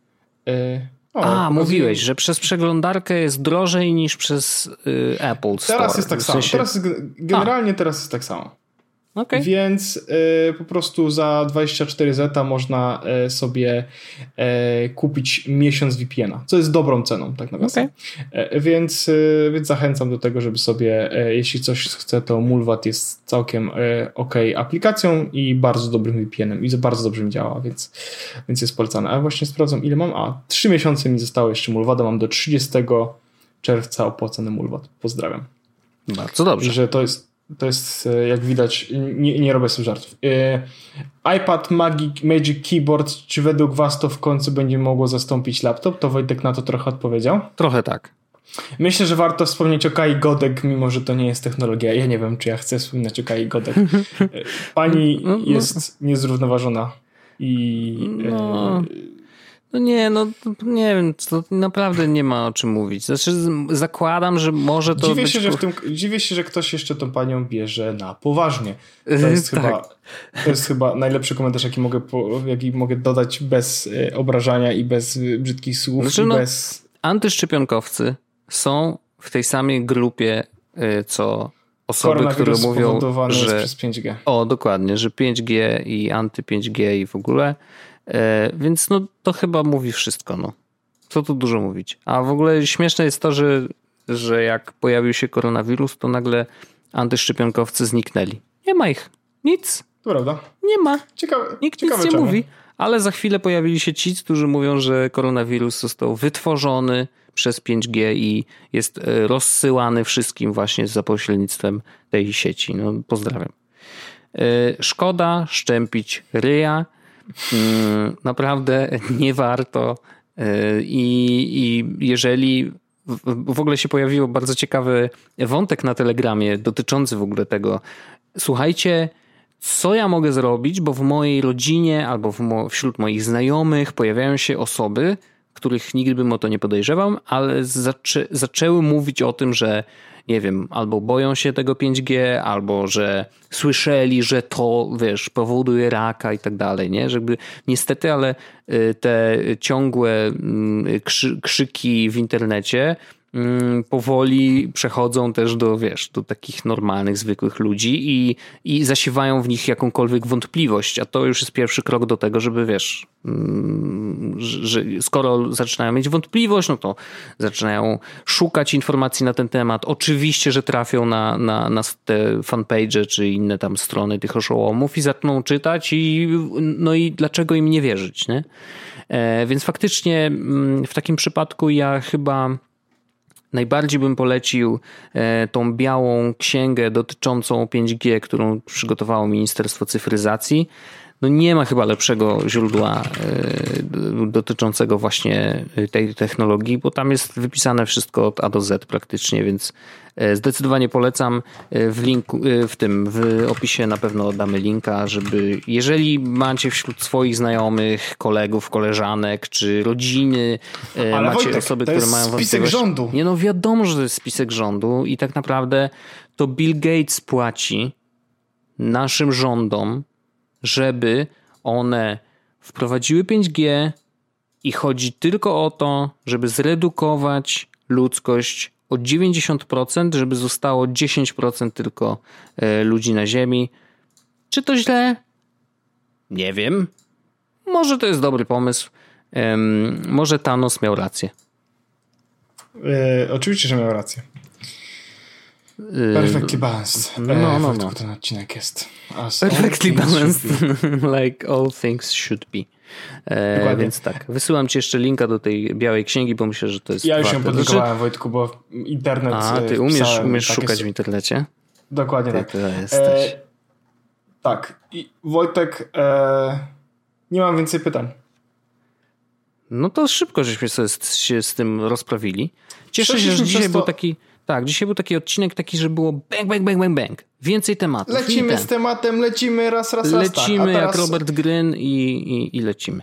Mówiłeś, że przez przeglądarkę jest drożej niż przez Apple Store. Teraz jest tak samo. Generalnie teraz jest tak samo. Okay. Więc po prostu za 24 zeta można sobie kupić miesiąc VPN-a, co jest dobrą ceną tak naprawdę. Okay. Więc zachęcam do tego, żeby sobie, jeśli coś chce, to Mulvat jest całkiem aplikacją i bardzo dobrym VPN-em i bardzo dobrze mi działa, więc jest polecane. A właśnie sprawdzam, ile mam. 3 miesiące mi zostało jeszcze Mulvata, mam do 30 czerwca opłacony Mulvat. Pozdrawiam. Bardzo dobrze. Że to jest, jak widać, nie robię sobie żartów. iPad Magic Keyboard, czy według was to w końcu będzie mogło zastąpić laptop? To Wojtek na to trochę odpowiedział. Trochę tak. Myślę, że warto wspomnieć o Kai Godek, mimo że to nie jest technologia. Ja nie wiem, czy ja chcę wspominać o Kai Godek. Pani jest niezrównoważona i... nie wiem, to naprawdę nie ma o czym mówić. Znaczy, zakładam, że może to Dziwię się, że ktoś jeszcze tą panią bierze na poważnie. To jest chyba najlepszy komentarz, jaki mogę dodać bez obrażania i bez brzydkich słów. Znaczy, antyszczepionkowcy są w tej samej grupie, co osoby, które mówią, że... przez 5G. Dokładnie, że 5G i anty-5G i w ogóle... Więc to chyba mówi wszystko. Co tu dużo mówić. A w ogóle śmieszne jest to, że jak pojawił się koronawirus, to nagle antyszczepionkowcy zniknęli. Nie ma ich. Nic. To prawda. Nie ma. Nikt nic nie mówi. Ale za chwilę pojawili się ci, którzy mówią, że koronawirus został wytworzony przez 5G i jest rozsyłany wszystkim właśnie za pośrednictwem tej sieci. Pozdrawiam. Szkoda szczępić ryja. Naprawdę nie warto. I jeżeli w ogóle się pojawił bardzo ciekawy wątek na Telegramie dotyczący w ogóle tego. Słuchajcie, co ja mogę zrobić, bo w mojej rodzinie albo wśród moich znajomych pojawiają się osoby, których nigdy bym o to nie podejrzewał, ale zaczęły mówić o tym, że nie wiem, albo boją się tego 5G, albo że słyszeli, że to, wiesz, powoduje raka i tak dalej, nie? Żeby niestety, ale te ciągłe krzyki w internecie powoli przechodzą też do, wiesz, do takich normalnych, zwykłych ludzi i zasiewają w nich jakąkolwiek wątpliwość, a to już jest pierwszy krok do tego, żeby, wiesz, że skoro zaczynają mieć wątpliwość, no to zaczynają szukać informacji na ten temat. Oczywiście, że trafią na te fanpage czy inne tam strony tych oszołomów i zaczną czytać no i dlaczego im nie wierzyć, nie? Więc faktycznie w takim przypadku ja chyba najbardziej bym polecił tą białą księgę dotyczącą 5G, którą przygotowało Ministerstwo Cyfryzacji. No nie ma chyba lepszego źródła dotyczącego właśnie tej technologii, bo tam jest wypisane wszystko od A do Z praktycznie, więc zdecydowanie polecam. W opisie na pewno damy linka, żeby jeżeli macie wśród swoich znajomych, kolegów, koleżanek czy rodziny, ale macie Wojtek, osoby, to które jest mają spisek wątpliwość. rządu. Nie, no wiadomo, że to jest spisek rządu i tak naprawdę to Bill Gates płaci naszym rządom, żeby one wprowadziły 5G i chodzi tylko o to, żeby zredukować ludzkość o 90%, żeby zostało 10% tylko ludzi na Ziemi. Czy to źle? Nie wiem. Może to jest dobry pomysł. Może Thanos miał rację. Oczywiście, że miał rację. Perfectly balanced. No. Ten odcinek jest. Perfectly balanced, like all things should be. Więc tak, wysyłam ci jeszcze linka do tej białej księgi, bo myślę, że to jest Ja już ją podlinkowałem, znaczy... Wojtku, bo internet... A, ty umiesz szukać w internecie? Dokładnie tak. Ty jesteś. Tak. I Wojtek, nie mam więcej pytań. No to szybko żeśmy się z tym rozprawili. Cieszę się, że dzisiaj był taki... Tak, dzisiaj był taki odcinek że było bang, bang, bang, bang, bang. Więcej tematów. Lecimy z tematem, lecimy raz. Lecimy tak. jak Robert Greene i lecimy.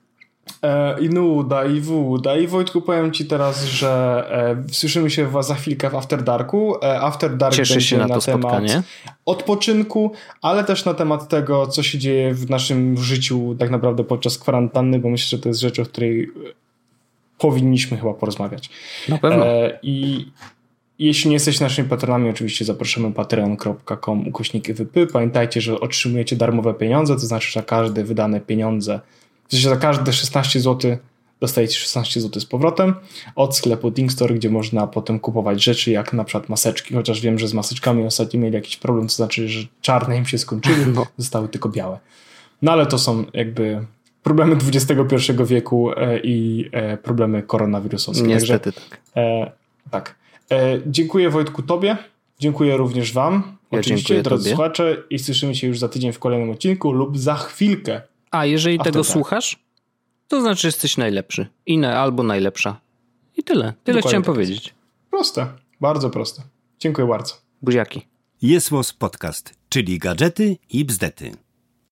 I nuda, i wuda. I Wojtku, powiem ci teraz, że słyszymy się za chwilkę w After Darku. After Dark Cieszę będzie się na temat to spotkanie. odpoczynku, ale też na temat tego, co się dzieje w naszym życiu tak naprawdę podczas kwarantanny, bo myślę, że to jest rzecz, o której powinniśmy chyba porozmawiać. Na pewno. I jeśli nie jesteście naszymi patronami, oczywiście zapraszamy patreon.com/wypy. Pamiętajcie, że otrzymujecie darmowe pieniądze, to znaczy, że za każde wydane pieniądze, w sensie za każde 16 zł dostajecie 16 zł z powrotem od sklepu Thinkstore, gdzie można potem kupować rzeczy jak na przykład maseczki, chociaż wiem, że z maseczkami ostatnio mieli jakiś problem, to znaczy, że czarne im się skończyły, zostały tylko białe. No ale to są jakby problemy XXI wieku i problemy koronawirusowskie. Niestety tak. Tak. Dziękuję Wojtku tobie, dziękuję również wam, oczywiście, drodzy słuchacze, i słyszymy się już za tydzień w kolejnym odcinku lub za chwilkę. A jeżeli tego słuchasz, to znaczy, że jesteś najlepszy albo najlepsza. I tyle. Tyle chciałem powiedzieć. Proste, bardzo proste. Dziękuję bardzo. Buziaki. Jest Podcast, czyli gadżety i bzdety.